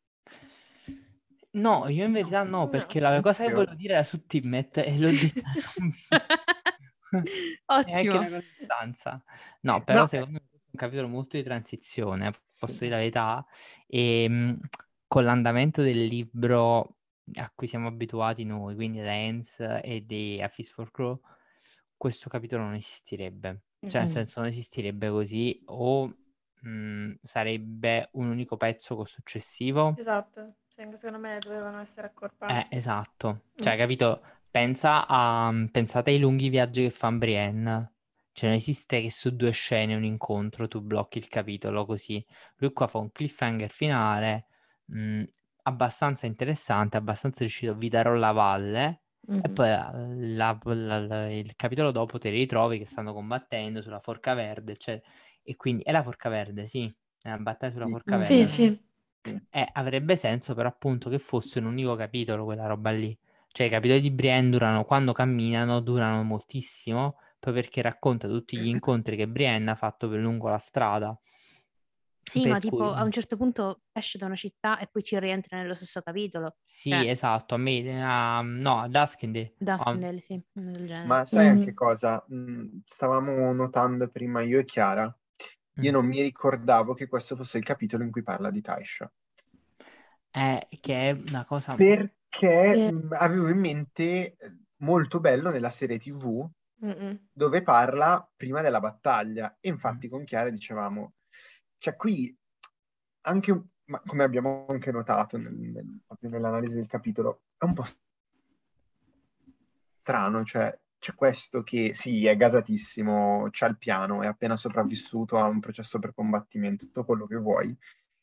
No, io in verità no, No. perché la cosa che Io- volevo dire era su Timmet e l'ho detta subito. E anche Ottimo. la costanza. No, però No, secondo me questo è un capitolo molto di transizione, posso sì. dire la verità, e mh, con l'andamento del libro a cui siamo abituati noi, quindi ad Heinz e di A Feast for Crow, questo capitolo non esisterebbe. Cioè, nel Mm. senso, non esisterebbe così, o mh, sarebbe un unico pezzo con successivo. Esatto, cioè, secondo me dovevano essere Eh, accorpati. esatto. Cioè, Mm. capito? Pensa a... Pensate ai lunghi viaggi che fa Brienne. Cioè, non esiste che su due scene un incontro tu blocchi il capitolo così. Lui qua fa un cliffhanger finale mh, abbastanza interessante, abbastanza riuscito. Vi darò la valle. E Mhm. poi la- la- la- la- il capitolo dopo te li ritrovi che stanno combattendo sulla Forca Verde. Cioè, e quindi è la Forca Verde, sì. È una battaglia sulla Sì. Forca Mm. Sì, Verde. sì. Eh, avrebbe senso però appunto che fosse un unico capitolo quella roba lì. Cioè i capitoli di Brienne durano, quando camminano, durano moltissimo, poi perché racconta tutti gli incontri che Brienne ha fatto per lungo la strada. Sì, Per ma tipo cui... a un certo punto esce da una città e poi ci rientra nello stesso capitolo. Sì, Cioè, esatto, a me... a- no, a Duskendale. a- Duskendale, sì, del genere. Ma sai anche Mhm. cosa? Mm, stavamo notando prima io e Chiara, io Mm. non mi ricordavo che questo fosse il capitolo in cui parla di Taisha, È che è una cosa... perché Sì. mm, avevo in mente eh, molto bello nella serie T V Mm-mm. dove parla prima della battaglia. E Mm. infatti con Chiara dicevamo, cioè qui anche, un- ma come abbiamo anche notato nel- nel- proprio nell'analisi del capitolo, è un po' strano, cioè c'è questo che sì, è gasatissimo, c'ha il piano, è appena sopravvissuto a un processo per combattimento, tutto quello che vuoi.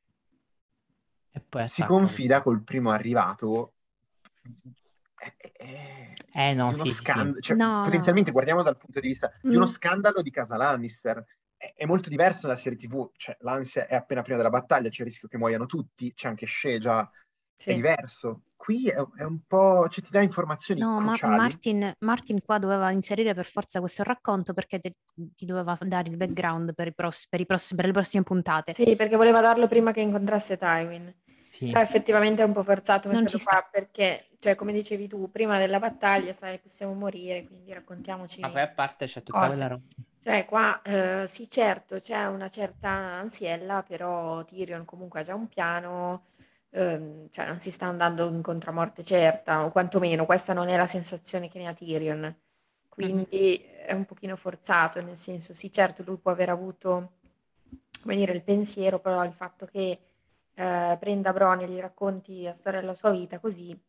E poi Si attacca confida questo. col primo arrivato. È, è- Eh no, di uno sì, sì, sì. scandalo, cioè, No, potenzialmente no. guardiamo dal punto di vista di uno Mm, scandalo di casa Lannister. È, è molto diverso dalla serie T V, cioè l'ansia è appena prima della battaglia, c'è il rischio che muoiano tutti, c'è anche Shea già, è Sì. diverso. Qui è, è un po', cioè ti dà informazioni No, ma cruciali. Martin, Martin qua doveva inserire per forza questo racconto perché te- ti doveva dare il background per, i pros- per, i pross- per le prossime puntate. Sì, perché voleva darlo prima che incontrasse Tywin. Sì. Però effettivamente è un po' forzato Non metterlo ci qua sta. perché, cioè, come dicevi tu, prima della battaglia, sai, possiamo morire, quindi raccontiamoci Ma poi a parte c'è tutta quella cose. roba. Cioè, qua, eh, sì, certo, c'è una certa ansiella, però Tyrion comunque ha già un piano, ehm, cioè non si sta andando incontro a morte certa, o quantomeno questa non è la sensazione che ne ha Tyrion. Mhm. Quindi è un pochino forzato, nel senso, sì, certo, lui può aver avuto, come dire, il pensiero, però il fatto che eh, prenda Bron e gli racconti la storia della sua vita così,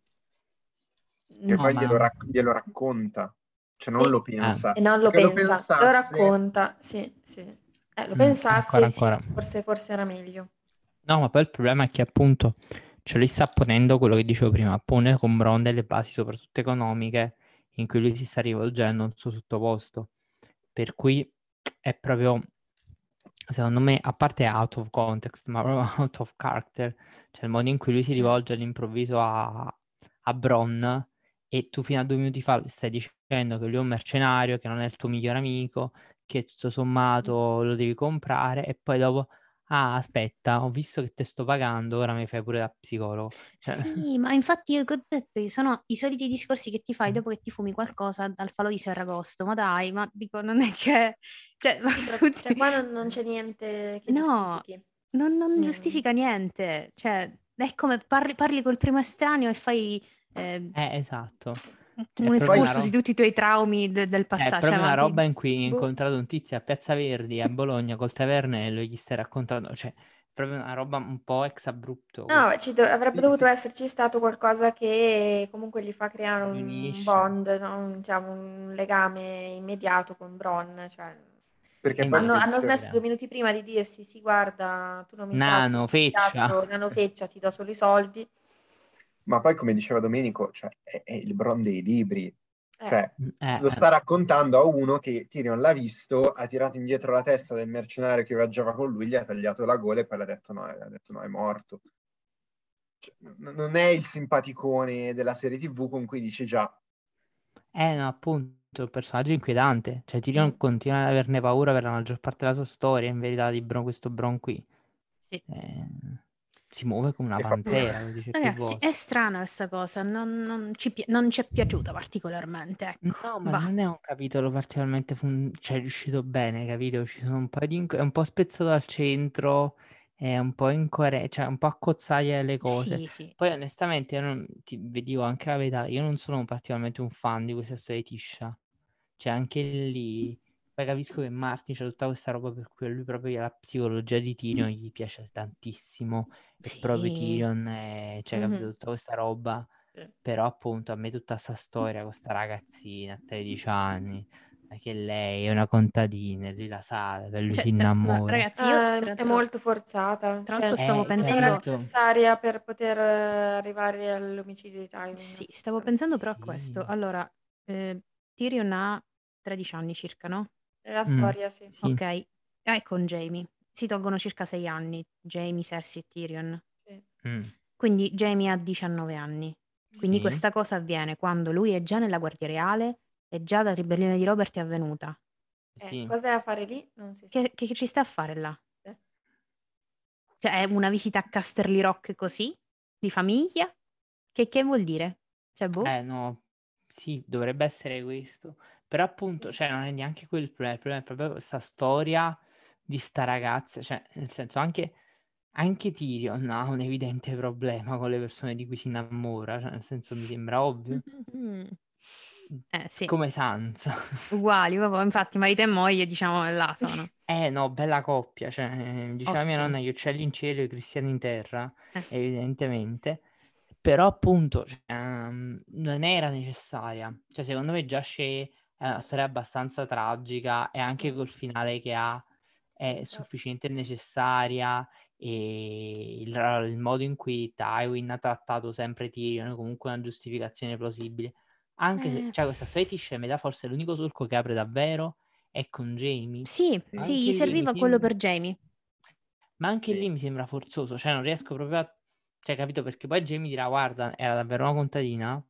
Che mm, No, poi glielo, ma... rac- glielo racconta, cioè non sì, lo Ah, pensa. e non lo Perché lo pensa, lo pensasse, racconta, sì, sì. Eh, lo mm, pensasse, ancora, sì, ancora. forse, forse era meglio. No, ma poi il problema è che appunto ce li sta ponendo quello che dicevo prima, pone con Bron delle basi soprattutto economiche in cui lui si sta rivolgendo al suo sottoposto. Per cui è proprio, secondo me, a parte out of context, ma proprio out of character, cioè il modo in cui lui si Mm. rivolge all'improvviso a, a Bron e tu fino a due minuti fa stai dicendo che lui è un mercenario, che non è il tuo migliore amico, che tutto sommato lo devi comprare e poi dopo... Ah, aspetta, ho visto che te sto pagando, ora mi fai pure da psicologo. Cioè, Sì, ma infatti io che ho detto, sono i soliti discorsi che ti fai dopo che ti fumi qualcosa dal falò di Ferragosto. Ma dai, ma dico, non è che... Cioè, ma Sì, però, cioè, tutti... qua non, non c'è niente che No, giustifichi. non, non Mm. giustifica niente. Cioè, è come parli, parli col primo estraneo e fai eh, eh, esatto. Cioè, è un proprio poi una excursus di roba... tutti i tuoi traumi de- del Cioè, è passato. Cioè, proprio ma una di- roba in cui hai Boh. incontrato un tizio a Piazza Verdi a Bologna col tavernello e gli stai raccontando, cioè, è proprio una roba un po' ex abrupto No, questo. ci do- avrebbe sì, dovuto sì, esserci stato qualcosa che comunque gli fa creare Li un unisce. bond, no? Un, diciamo, un legame immediato con Bron. Cioè, E perché poi hanno, come hanno dicevo, smesso due invece, minuti prima di dirsi: sì, guarda, tu non mi piaci, nano, io ti feccia. piaccio, nano feccia, ti do solo i soldi. ma poi come diceva Domenico, cioè, è, è il Bron dei libri, Eh, cioè Eh, lo eh. sta raccontando a uno che Tyrion l'ha visto, ha tirato indietro la testa del mercenario che viaggiava con lui, gli ha tagliato la gola e poi l'ha detto no, ha detto no, è morto. Cioè, n- non è il simpaticone della serie T V con cui dice già, Eh, no, appunto, è un personaggio inquietante. Cioè, mm, Tyrion continua ad averne paura per la maggior parte della sua storia, in verità, di Bron, questo Bron qui. sì. Eh, si muove come una e fa paura. pantera, lo dice più Ragazzi, volte. è strana questa cosa, non, non ci, pi- non ci è piaciuta particolarmente, ecco. No, ma Bah. non è un capitolo particolarmente fun- cioè, è riuscito bene, capito? Ci sono un po' di inco- è un po' spezzato al centro, è un po' incoerente, cioè un po' accozzaglia le cose. Sì, sì. Poi onestamente io non, ti, vi dico anche la verità, io non sono particolarmente un fan di questa storia di Tisha. Cioè anche lì, poi capisco che Martin c'è tutta questa roba per cui a lui proprio la psicologia di Tyrion gli piace tantissimo e proprio Sì. Tyrion, è, cioè capito, mhm, tutta questa roba. sì. Però appunto a me tutta sta storia con sta ragazzina a tredici anni, eh, che lei è una contadina e lui la salva e lui si Cioè, tra- ma innamora. ragazzi, io Eh, tra è l'altro molto forzata, tra l'altro cioè stavo Eh, non era pensando, capito? necessaria per poter eh, arrivare all'omicidio di Tywin, sì, stavo assolutamente. pensando però a questo. Sì. Allora, eh, Tyrion ha tredici anni circa, no? Nella Mm, storia, sì. sì. Ok, è con Jamie. Si tolgono circa sei anni, Jamie, Cersei e Tyrion. Sì. Mm, Quindi Jamie ha diciannove anni. Quindi sì. questa cosa avviene quando lui è già nella Guardia Reale e già la ribellione di Robert è avvenuta. Eh, Sì. cos'è a fare lì? Non si sa. Che, che ci sta a fare là? Eh. Cioè, è una visita a Casterly Rock così? Di famiglia? Che, che vuol dire? Cioè, boh. Eh no, sì, dovrebbe essere questo. Però appunto, cioè, non è neanche quel problema, il problema è proprio questa storia di sta ragazza, cioè, nel senso, anche, anche Tyrion ha un evidente problema con le persone di cui si innamora, cioè, nel senso, mi sembra ovvio. Mm. Eh sì, Come Sansa. uguali, proprio, infatti marito e moglie, diciamo, là sono. Eh no, bella coppia, cioè, eh, diceva mia Ottimo. nonna, gli uccelli in cielo e i cristiani in terra, Eh. evidentemente. però appunto cioè, um, non era necessaria. Cioè, secondo me già Shae è una storia abbastanza tragica e anche col finale che ha è sufficiente e necessaria, e il, il modo in cui Tywin ha trattato sempre Tyrion comunque una giustificazione plausibile. Anche se, Eh, cioè, questa storia di Tiscemeda forse l'unico solco che apre davvero è con Jaime. sì, Ma sì, anche gli lì serviva mi quello sembra... per Jamie. Ma anche Sì. lì mi sembra forzoso, cioè non riesco proprio a... Cioè, capito? Perché poi Jamie dirà, guarda, era davvero una contadina?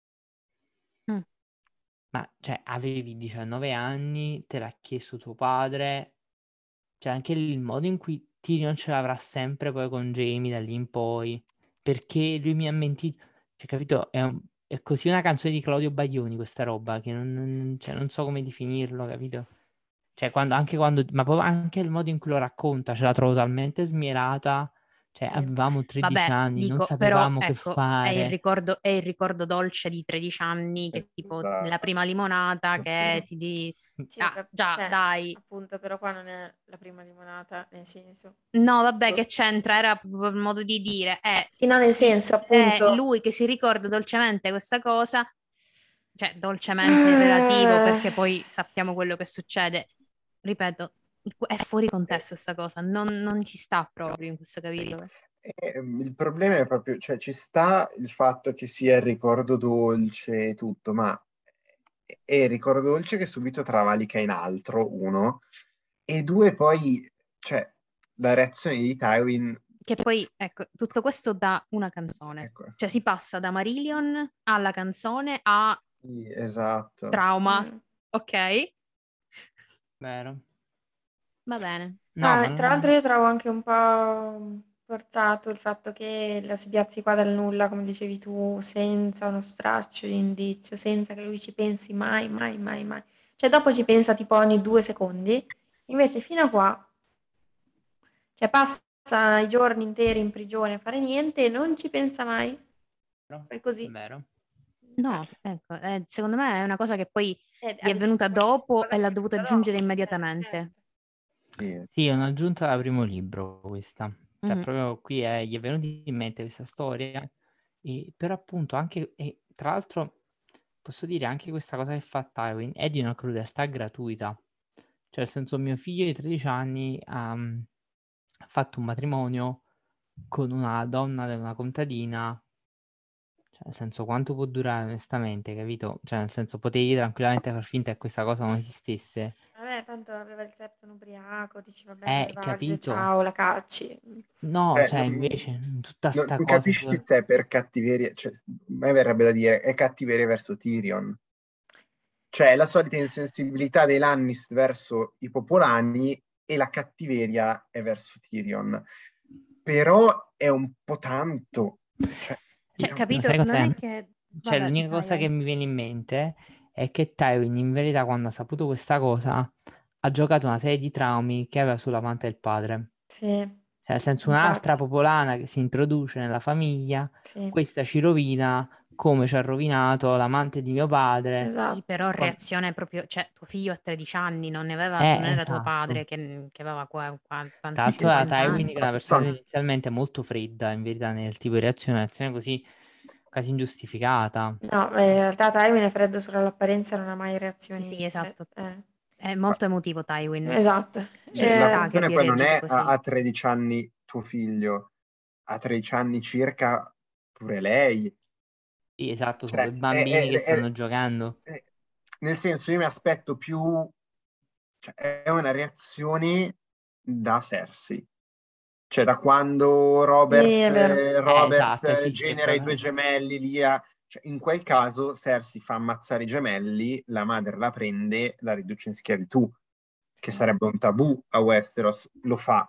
Mm. Ma, cioè, avevi diciannove anni, te l'ha chiesto tuo padre, cioè anche lì il modo in cui Tyrion ce l'avrà sempre poi con Jamie da lì in poi, perché lui mi ha mentito, cioè, capito? È, un- è così una canzone di Claudio Baglioni questa roba, che non, non- cioè, non so come definirlo, capito? Cioè, quando, anche quando, ma proprio anche il modo in cui lo racconta, ce la trovo talmente smierata, cioè Sì. avevamo tredici Vabbè, anni, non dico, però sapevamo che ecco, è il fare. ricordo, è il ricordo dolce di tredici anni che tipo nella prima limonata che ti di... Sì, Ah, vabbè, già, cioè, dai. appunto, però qua non è la prima limonata, nel senso. No, vabbè, che c'entra? Era proprio il modo di dire. È, Sì, no, nel sì, senso, è appunto. lui che si ricorda dolcemente questa cosa, cioè dolcemente in relativo, Eh, perché poi sappiamo quello che succede. Ripeto, è fuori contesto questa cosa, non, non ci sta proprio in questo capitolo. Eh, il problema è proprio, cioè ci sta il fatto che sia il ricordo dolce e tutto, ma è il ricordo dolce che subito travalica in altro, uno, e due poi, cioè, la reazione di Tywin, Che poi, ecco, tutto questo da una canzone. ecco, Cioè si passa da Marillion alla canzone a sì, esatto. trauma, mm. ok? Vero? Va bene. No, ma Ah, tra l'altro non... io trovo anche un po' forzato il fatto che la si piazzi qua dal nulla, come dicevi tu, senza uno straccio di indizio, senza che lui ci pensi mai, mai, mai, mai. Cioè dopo ci pensa tipo ogni due secondi, invece fino a qua, cioè passa i giorni interi in prigione a fare niente e non ci pensa mai. Poi così. Vero? No, ecco, eh, secondo me è una cosa che poi Eh, gli ha è deciso venuta questa dopo cosa e che l'ha è dovuta venuta aggiungere dopo. Eh, immediatamente. certo. Sì. Sì, è un'aggiunta da primo libro questa. Cioè, Mhm. proprio qui è- gli è venuta in mente questa storia. E, però appunto anche, e, tra l'altro, posso dire anche questa cosa che fa Tywin è di una crudeltà gratuita. Cioè, nel senso, mio figlio di tredici anni ha, mm, ha fatto un matrimonio con una donna di una contadina. Cioè, nel senso, quanto può durare onestamente, capito? Cioè, nel senso, potevi tranquillamente far finta che questa cosa non esistesse. Vabbè, tanto aveva il septo ubriaco, dici vabbè, non Eh, le valide, capito? ciao, la cacci. No, Cioè, cioè, non, invece, tutta non- sta non cosa capisci su... se è per cattiveria, cioè, a me verrebbe da dire, è cattiveria verso Tyrion. Cioè, la solita insensibilità dei Lannister verso i popolani e la cattiveria è verso Tyrion. Però è un po' tanto. Cioè, Cioè, no. Ma capito? sai Non cos'è? è che... Cioè, Vabbè, l'unica vai, cosa che vai. mi viene in mente è che Tywin, in verità, quando ha saputo questa cosa, ha giocato una serie di traumi che aveva sull'amante del padre. Sì, Cioè, nel senso, un'altra infatti, popolana che si introduce nella famiglia, sì, questa ci rovina come ci ha rovinato l'amante di mio padre. Sì, esatto. però Quan- reazione proprio... Cioè, tuo figlio ha tredici anni, non ne aveva... non Eh, era tuo esatto. padre che, che aveva qua, qua- Tra quanti, l'altro era cinquanta Tywin anni. che è una persona tendenzialmente molto fredda, in verità, nel tipo di reazione, una reazione così quasi ingiustificata. No, ma in realtà Tywin è freddo solo all'apparenza, non ha mai Sì, sì, reazioni. eh, esatto. eh. È molto emotivo Tywin. Esatto. Ci Cioè, la sta Eh, che questione abbia poi non reagito è a, così. a tredici anni tuo figlio, a tredici anni circa pure lei. Sì, esatto, sono Cioè, due è- bambini che è- stanno è- giocando. è- nel senso, io mi aspetto più, cioè, è una reazione da Cersei. Cioè, da quando sì, Robert, è vero. eh, Eh, Robert esatto, eh, esiste genera i due probabilmente. gemelli lì a- cioè, in quel caso Cersei fa ammazzare i gemelli, la madre la prende, la riduce in schiavitù, che Sì. sarebbe un tabù a Westeros, lo fa.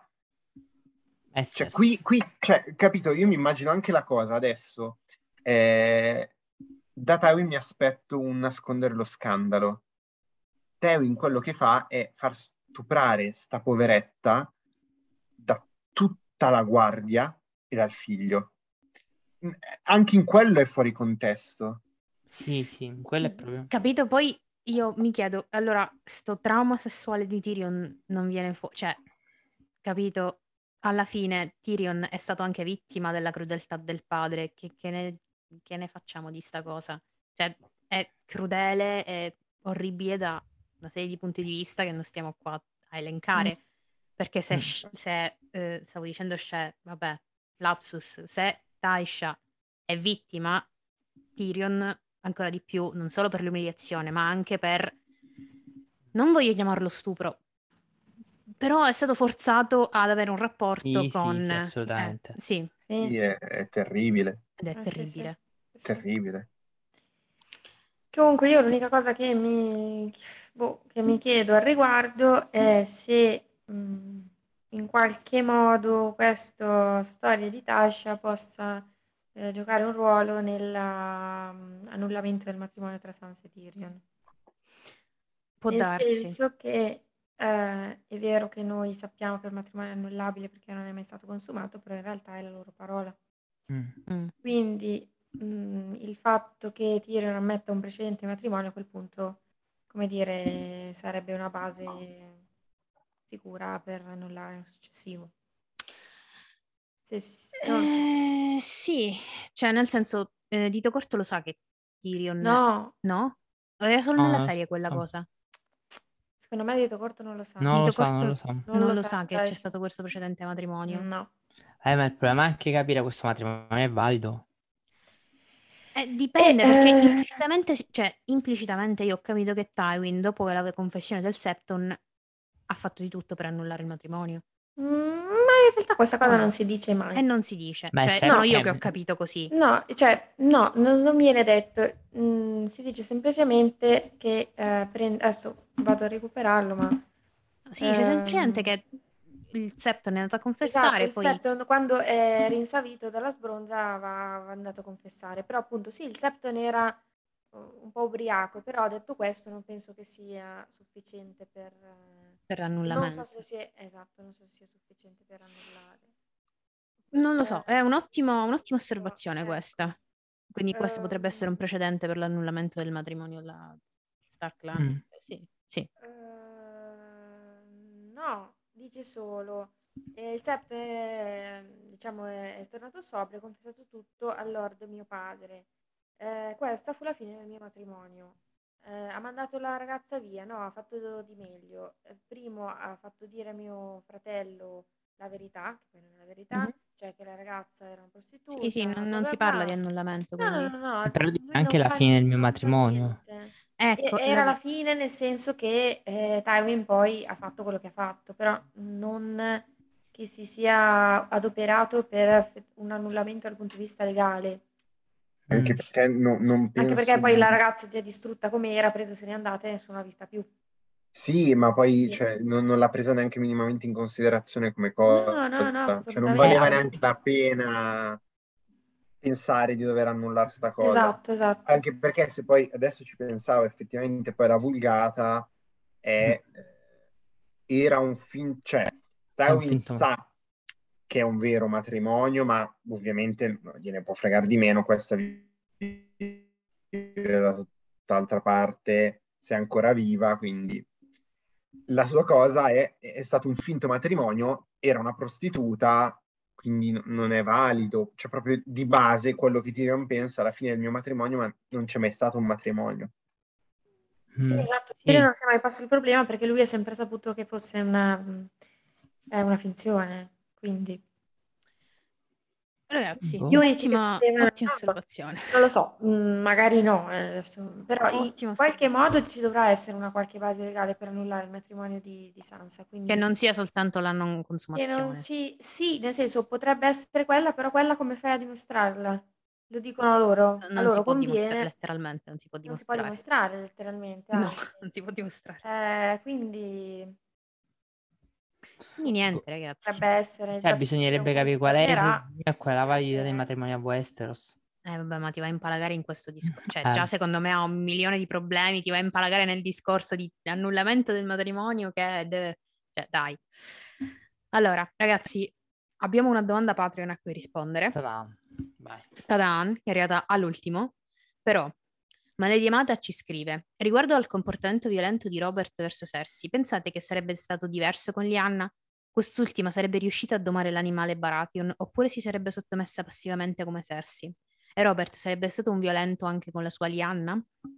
È Cioè, Cersei. qui, qui cioè, capito, io mi immagino anche la cosa adesso. Eh, da Tywin mi aspetto un nascondere lo scandalo. Tywin quello che fa è far stuprare sta poveretta da tutta la guardia e dal figlio. Mm, Anche in quello è fuori contesto. Sì, sì, quello è proprio... Capito? Poi io mi chiedo, allora, sto trauma sessuale di Tyrion non viene fuori, cioè, capito? alla fine Tyrion è stato anche vittima della crudeltà del padre. Che, che ne, che ne facciamo di sta cosa? Cioè, è crudele, è orribile da una serie di punti di vista che non stiamo qua a elencare. Mm. Perché se, Mm. se eh, stavo dicendo Sce, vabbè, lapsus, se Taisha è vittima, Tyrion ancora di più, non solo per l'umiliazione, ma anche per, non voglio chiamarlo stupro, però è stato forzato ad avere un rapporto Sì, con... sì, sì, eh, assolutamente. sì, Sì, Sì, è, è terribile, ed è eh, sì, sì, terribile. sì, sì. terribile. Comunque io l'unica cosa che mi, boh, che mi chiedo al riguardo è se mh, in qualche modo questa storia di Tasha possa eh, giocare un ruolo nell'annullamento del matrimonio tra Sansa e Tyrion. Può Nel darsi. senso che eh, è vero che noi sappiamo che il matrimonio è annullabile perché non è mai stato consumato, però in realtà è la loro parola. Mm. Mm. Quindi mh, il fatto che Tyrion ammetta un precedente matrimonio a quel punto, come dire, sarebbe una base sicura per annullare un successivo. Se, s- non lo so. Eh, sì, cioè nel senso, eh, Dito Corto lo sa che Tyrion... No, No? O era solo No, nella non lo serie quella so. cosa? secondo me Dito Corto non lo sa. Non lo Dito sa, non Corto lo sa. Non non lo lo sa, sa che dai. c'è stato questo precedente matrimonio. No. Eh, ma il problema è anche capire questo matrimonio è valido. Eh, E, dipende, perché eh, implicitamente, cioè, implicitamente io ho capito che Tywin, dopo la confessione del Septon, ha fatto di tutto per annullare il matrimonio. mm, ma in realtà questa cosa O no? non si dice mai. E non si dice. Beh, Cioè, se- sono No, io cioè, che ho capito così. no, cioè, no, non, non viene detto. Mm, si dice semplicemente che eh, prend- adesso vado a recuperarlo, ma Si dice semplicemente ehm, che il Septon è andato a esatto, confessare, il poi... Septon quando è rinsavito dalla sbronza va, va andato a confessare, però appunto sì, il Septon era eh, un po' ubriaco, però detto questo non penso che sia sufficiente per... eh, Per non so annullamento. se sia, esatto, non so se sia sufficiente per annullare. Non lo Eh, so, è un ottimo- un'ottima so, osservazione ecco. questa. Quindi questo potrebbe essere un Ehm, precedente per l'annullamento del matrimonio alla Stark mm. Lannister. Sì, sì. Ehm, no, dice solo, eh, il Sept è, diciamo, è, è tornato sobrio, ha confessato tutto a Lord mio padre. Eh, questa fu la fine del mio matrimonio. Eh, ha mandato la ragazza via, no, ha fatto di meglio. Eh, primo ha fatto dire a mio fratello la verità, che poi non è la verità, Mhm. cioè che la ragazza era una Sì, sì, prostituta, non, bla non bla si parla bla. di annullamento, No, no, quindi... no, no, Però dice lui anche non la fa, fine del mio non fa matrimonio. niente. E- Ecco, la Era la di- fine nel senso che eh, Tywin poi ha fatto quello che ha fatto, però non che si sia adoperato per f- un annullamento dal punto di vista legale. Anche Mm. perché no- non Anche penso perché poi la di... ragazza si è distrutta come era, preso se n'è andata e nessuno l'ha vista più. Sì, ma poi Sì. cioè, non, non l'ha presa neanche minimamente in considerazione come No, cosa. no, no, Cioè, non Eh, valeva assolutamente. neanche la pena pensare di dover annullare sta cosa. Esatto, esatto. Anche perché se poi adesso ci pensavo, effettivamente poi la vulgata mm, è, eh, era un film, cioè è un Tywin finto. sa che è un vero matrimonio, ma ovviamente no, gliene può fregare di meno, questa vive da tutt'altra parte, se è ancora viva, quindi la sua cosa è, è stato un finto matrimonio, era una prostituta, quindi n- non è valido, cioè proprio di base quello che Tyrion pensa alla fine del mio matrimonio, ma non c'è mai stato un matrimonio. Sì, Mm. esatto. Tyrion Sì, non si è mai posto il problema perché lui ha sempre saputo che fosse una, è una finzione, quindi Ragazzi, gli boh. unici che ottima, sapevano, ottima osservazione. non lo so, mm, magari no, eh, adesso, però in Ottima qualche osservazione. modo ci dovrà essere una qualche base legale per annullare il matrimonio di, di Sansa, Che quindi non sia soltanto la non che non consumazione. si, sì, nel senso potrebbe essere quella, però quella come fai a dimostrarla? Lo dicono loro, a Non si loro può dimostrare, conviene, letteralmente, non si può non si può dimostrare. dimostrare letteralmente, No, anzi. non si può dimostrare. Eh, quindi Quindi niente, Boh. ragazzi. potrebbe essere, Cioè, infatti Tyrion bisognerebbe capire comunque qual è il tornerà, problema e quella valida potrebbe dei matrimoni a essere. Westeros. Eh, vabbè, ma ti va a impalagare in questo discorso. Cioè, Eh, già secondo me ha un milione di problemi, ti va a impalagare nel discorso di annullamento del matrimonio che deve... Cioè, dai. Allora, ragazzi, abbiamo una domanda Patreon a cui rispondere. ta-da. Vai. Tadan, che è arrivata all'ultimo, però Maledi Amata ci scrive: riguardo al comportamento violento di Robert verso Cersei, pensate che sarebbe stato diverso con Lyanna? quest'ultima sarebbe riuscita a domare l'animale Baratheon oppure si sarebbe sottomessa passivamente come Cersei? E Robert sarebbe stato un violento anche con la sua Lyanna?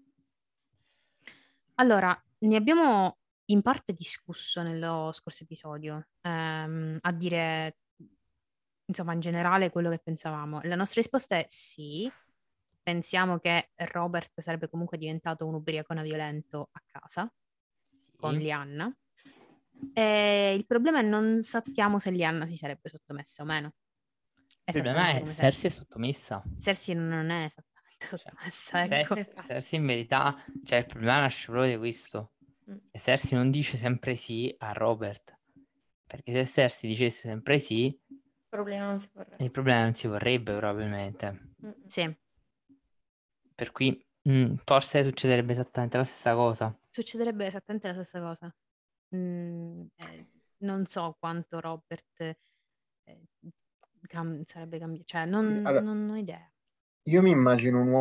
Allora, ne abbiamo in parte discusso nello scorso episodio, ehm, a dire, insomma, in generale quello che pensavamo. La nostra risposta è sì. Pensiamo che Robert sarebbe comunque diventato un ubriacone violento a casa con Sì. Lyanna. E il problema è non sappiamo se Lyanna si sarebbe sottomessa o meno. Il problema Esattamente è come Cersei è Cersei. sottomessa. Cersei non è esattamente Cioè, sottomessa, ecco. Cersei, Cersei in verità, cioè il problema nasce proprio di questo. Mm. E Cersei non dice sempre sì a Robert. Perché se Cersei dicesse sempre sì, Il problema non si vorrebbe. il problema non si vorrebbe probabilmente. Mm. Sì, Per cui mm, forse succederebbe esattamente la stessa cosa. succederebbe esattamente la stessa cosa. Mm, eh, non so quanto Robert eh, cam- sarebbe cambiato, cioè non, Allora, non ho idea. io mi immagino un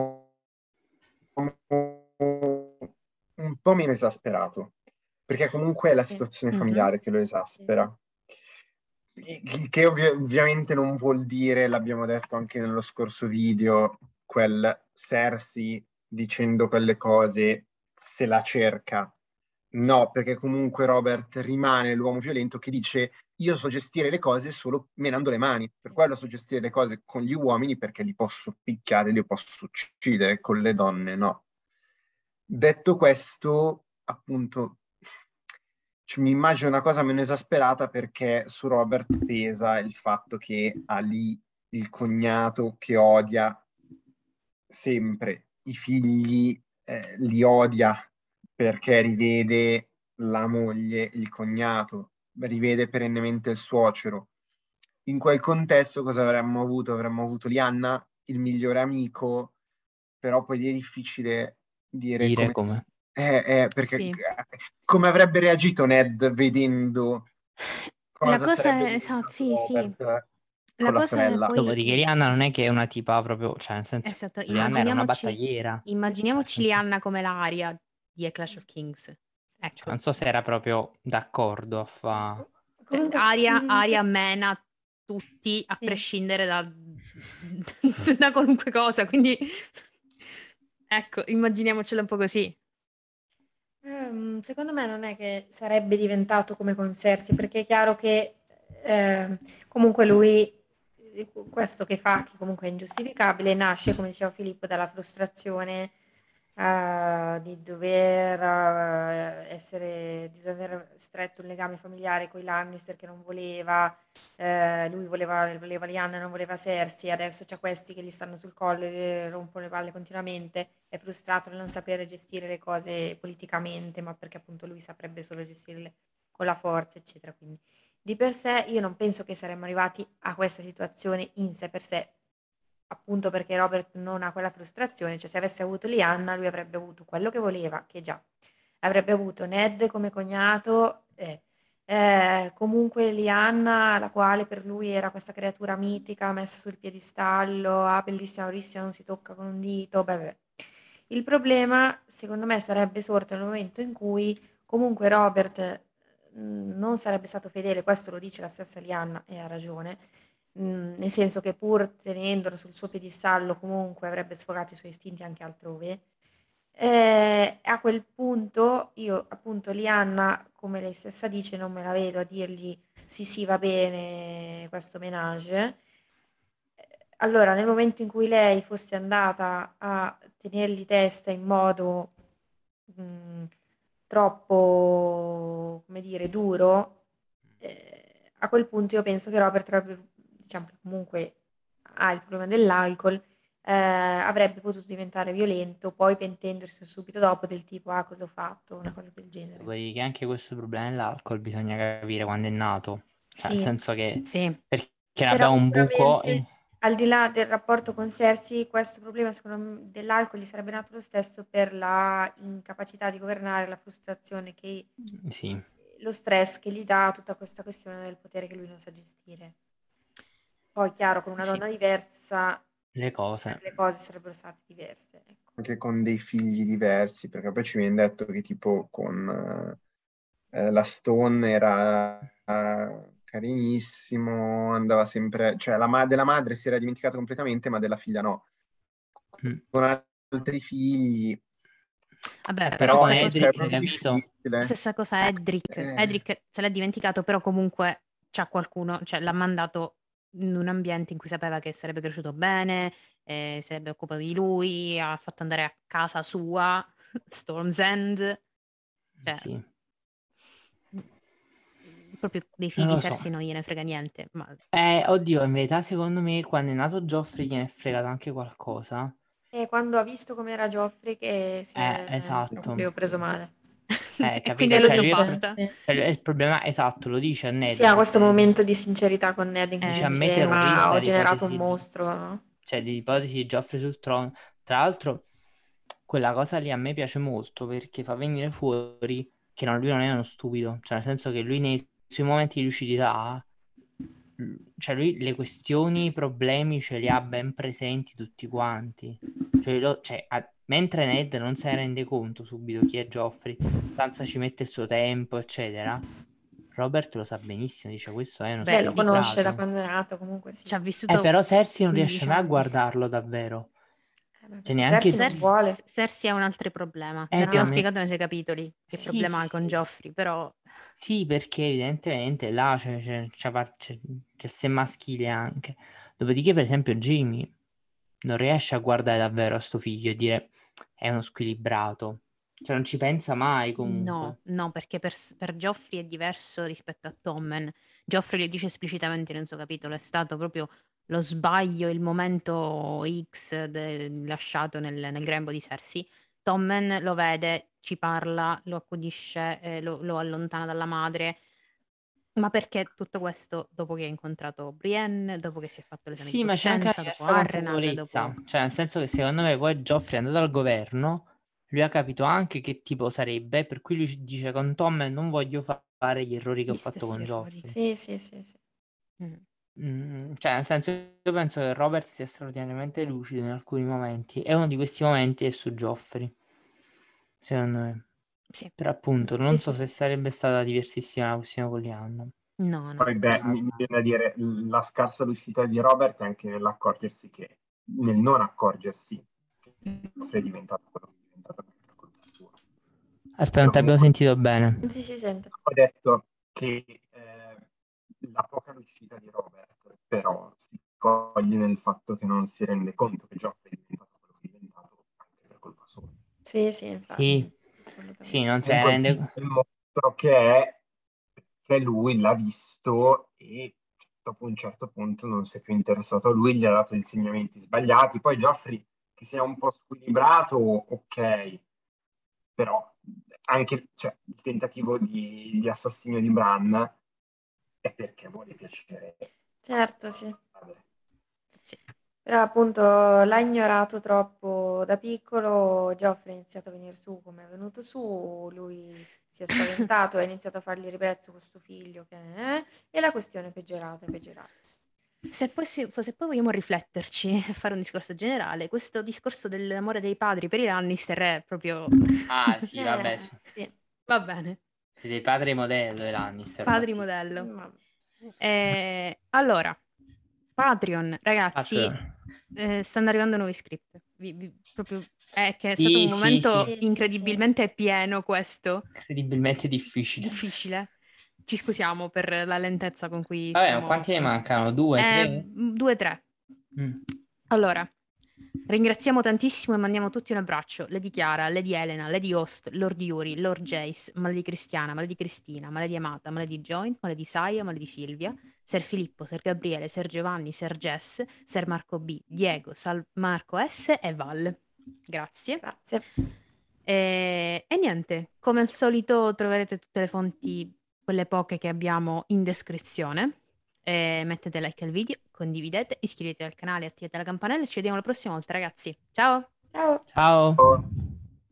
uomo un po' meno esasperato, perché comunque è la Sì. situazione Mhm. familiare che lo esaspera. Il che ovvi- ovviamente non vuol dire, l'abbiamo detto anche nello scorso video, quel Cersei dicendo quelle cose se la cerca. No, perché comunque Robert rimane l'uomo violento che dice io so gestire le cose solo menando le mani, per quello so gestire le cose con gli uomini perché li posso picchiare, li posso uccidere, con le donne no. Detto questo, appunto, c- mi immagino una cosa meno esasperata perché su Robert pesa il fatto che ha lì il cognato che odia sempre, i figli eh, li odia perché rivede la moglie, il cognato, rivede perennemente il suocero. In quel contesto cosa avremmo avuto? Avremmo avuto Lyanna, il migliore amico, però poi è difficile dire Dire come... come. Eh, eh, perché Sì. come avrebbe reagito Ned vedendo La cosa cosa sarebbe è, esatto, diventato sì, sì. Robert La con la cosa è sorella. poi, Dopodiché Lianna non è che è una tipa proprio, cioè nel senso, esatto, Lianna era una immaginiamoci, battagliera. Cioè, nel immaginiamoci senso- Lyanna come l'aria di A Clash of Kings. cioè, Ecco, non so se era proprio d'accordo a fa... cioè, Comunque, aria, mm, aria sì. mena tutti a Sì. prescindere da, da qualunque cosa, quindi ecco, immaginiamocela un po' così. Ehm, secondo me non è che sarebbe diventato come con Cersei, perché è chiaro che ehm, comunque lui, eh, questo che fa, che comunque è ingiustificabile, nasce, come diceva Filippo, dalla frustrazione eh, di dover eh, essere, di dover stretto un legame familiare con i Lannister che non voleva, eh, lui voleva, voleva Lyanna e non voleva Cersei, adesso c'è questi che gli stanno sul collo e gli rompono le palle continuamente, è frustrato nel non sapere gestire le cose politicamente, ma perché appunto lui saprebbe solo gestirle con la forza, eccetera. Quindi di per sé io non penso che saremmo arrivati a questa situazione in sé per sé, appunto perché Robert non ha quella frustrazione, cioè se avesse avuto Lyanna lui avrebbe avuto quello che voleva, che già avrebbe avuto Ned come cognato, eh, eh, comunque Lyanna, la quale per lui era questa creatura mitica messa sul piedistallo, ah bellissima, bellissima, non si tocca con un dito, beh, beh. Il problema secondo me sarebbe sorto nel momento in cui comunque Robert mh, non sarebbe stato fedele, questo lo dice la stessa Lyanna e ha ragione, mh, nel senso che pur tenendolo sul suo piedistallo comunque avrebbe sfogato i suoi istinti anche altrove. Eh, a quel punto io appunto Lianna, come lei stessa dice, non me la vedo a dirgli sì sì va bene questo menage. Eh, Allora, nel momento in cui lei fosse andata a tenergli testa in modo mh, troppo, come dire, duro, eh, a quel punto io penso che Robert avrebbe, diciamo che comunque ha il problema dell'alcol, eh, avrebbe potuto diventare violento, poi pentendosi subito dopo del tipo, ah, cosa ho fatto, una cosa del genere. Dopodiché anche questo problema dell'alcol bisogna capire quando è nato. Cioè, nel Sì, senso che... Sì, Perché ne però abbiamo un buco... sicuramente in- al di là del rapporto con Cersei, questo problema secondo me dell'alcol gli sarebbe nato lo stesso per la incapacità di governare, la frustrazione che Sì, lo stress che gli dà tutta questa questione del potere che lui non sa gestire. Poi, chiaro, con una sì, donna diversa le cose. le cose sarebbero state diverse. Ecco. Anche con dei figli diversi, perché poi ci viene detto che tipo con eh, la Stone era eh, carinissimo, andava sempre, cioè la ma- della madre si era dimenticata completamente, ma della figlia no. Mm. Con altri figli, Vabbè, Eh, però con stessa però cosa, cioè, è Edric, proprio capito? difficile. stessa cosa Edric. Eh, Edric se l'è dimenticato, però comunque c'ha qualcuno, cioè l'ha mandato in un ambiente in cui sapeva che sarebbe cresciuto bene, eh, sarebbe occupato di lui, ha fatto andare a casa sua, Storm's End, cioè Sì, proprio dei non figli lo so. Cersei non gliene frega niente, ma Eh, oddio, in verità secondo me quando è nato Joffrey gliene è fregato anche qualcosa. E quando ha visto com'era Joffrey che si Eh, è esatto. proprio preso male. Eh, e quindi capito? E lo Cioè, lui è dice, basta. sì. cioè, il problema esatto, lo dice a Ned. Sì, ha questo dice- momento di sincerità con Ned in cui Eh, Dice a me dice ma terrorizza ho generato l'ipotesi un di, mostro, no? cioè, di ipotesi di Joffrey sul trono. Tra l'altro, quella cosa lì a me piace molto perché fa venire fuori che non- lui non è uno stupido, cioè nel senso che lui nei suoi momenti di lucidità, mm, cioè lui le questioni, i problemi ce li ha ben presenti tutti quanti. Cioè, lo- cioè, a- mentre Ned non se ne rende conto subito chi è Joffrey, Sansa ci mette il suo tempo, eccetera. Robert lo sa benissimo, dice questo è uno Beh, Cioè lo di- conosce da squilibrato. quando è nato, comunque sì. ci ha Eh, vissuto però Cersei non riesce quindici mai a anni. guardarlo davvero. Eh, ma Cioè, perché neanche... Cersei non Cersei, vuole. Cersei ha un altro problema. Eh, L'abbiamo per me... spiegato nei suoi capitoli che Sì, problema sì, ha con sì. Joffrey, però Sì, perché evidentemente là c'è, c'è, c'è, par- c'è, c'è sé maschile anche. Dopodiché, per esempio, Jamie non riesce a guardare davvero a sto figlio e dire è uno squilibrato. Cioè, non ci pensa mai no, comunque. no, perché per, per Joffrey è diverso rispetto a Tommen. Joffrey lo dice esplicitamente nel suo capitolo, è stato proprio lo sbaglio, il momento X de- lasciato nel, nel grembo di Cersei. Tommen lo vede, ci parla, lo accudisce, eh, lo, lo allontana dalla madre. Ma perché tutto questo dopo che ha incontrato Brienne, dopo che si è fatto l'esame di Sì, ma c'è anche una coscienza, dopo diversa Harrenhal, consapevolezza. dopo... Cioè, nel senso che secondo me poi Joffrey è andato al governo, lui ha capito anche che tipo sarebbe, per cui lui ci dice con Tom non voglio fa- fare gli errori che ho Gli fatto stessi con errori. Joffrey. Sì, sì, sì, sì. Mm. Mm, cioè, nel senso, io penso che Robert sia straordinariamente lucido in alcuni momenti, e uno di questi momenti è su Joffrey, secondo me. Sì, Però appunto, non Sì, so sì, se sì. sarebbe stata diversissima la questione con Lyanna. no, no. Poi, beh, mi, mi viene da dire, la scarsa lucidità di Robert è anche nell'accorgersi che, nel non accorgersi che Joffrey è diventato quello che è diventato per colpa sua. Aspetta, non ti abbiamo Comunque, sentito bene. Sì, si sente. ho detto che eh, la poca lucidità di Robert però si coglie nel fatto che non si rende conto che Joffrey è diventato quello che è diventato anche per colpa sua. Sì, sì, infatti, Sì, assolutamente. sì, non se ne Comunque rende... il mostro che è, che lui l'ha visto e dopo un certo punto non si è più interessato a lui, gli ha dato insegnamenti sbagliati. Poi Joffrey, che sia un po' squilibrato, ok, però anche cioè, il tentativo di, di assassinio di Bran è perché vuole piacere Certo, sì. al padre. Sì. Però appunto l'ha ignorato troppo da piccolo, Geoffrey ha iniziato a venire su come è venuto su, lui si è spaventato, ha iniziato a fargli ribrezzo con suo figlio che è, e la questione è peggiorata, è peggiorata. Se poi, si- se poi vogliamo rifletterci e fare un discorso generale, questo discorso dell'amore dei padri per i Lannister è proprio... Ah, sì, vabbè, Eh, sì. sì. Va bene, Siete i padri modello, i Lannister. padri infatti. modello. Vabbè. Eh, allora, Patreon, ragazzi, Patreon. eh, stanno arrivando nuovi script. Vi- vi- proprio, è che è stato Sì, un sì, sì. momento Sì, sì, incredibilmente pieno questo, Incredibilmente difficile. difficile. Ci scusiamo per la lentezza con cui Vabbè, ma stiamo quanti ne affrontando. mancano? Due, Eh, tre? due, tre. Mm. Allora, ringraziamo tantissimo e mandiamo tutti un abbraccio. Lady Chiara, Lady Elena, Lady Host, Lord Yuri, Lord Jace, Malady Cristiana, Malady Cristina, Malady Amata, Malady Joint, Malady Saia, Malady Silvia, Ser Filippo, Ser Gabriele, Ser Giovanni, Ser Jess, Ser Marco B, Diego, Sal Marco S e Val. Grazie. Grazie. E, e niente, come al solito troverete tutte le fonti, quelle poche che abbiamo in descrizione. E mettete like al video, condividete, iscrivetevi al canale, attivate la campanella e ci vediamo la prossima volta, ragazzi. Ciao! Ciao. Ciao.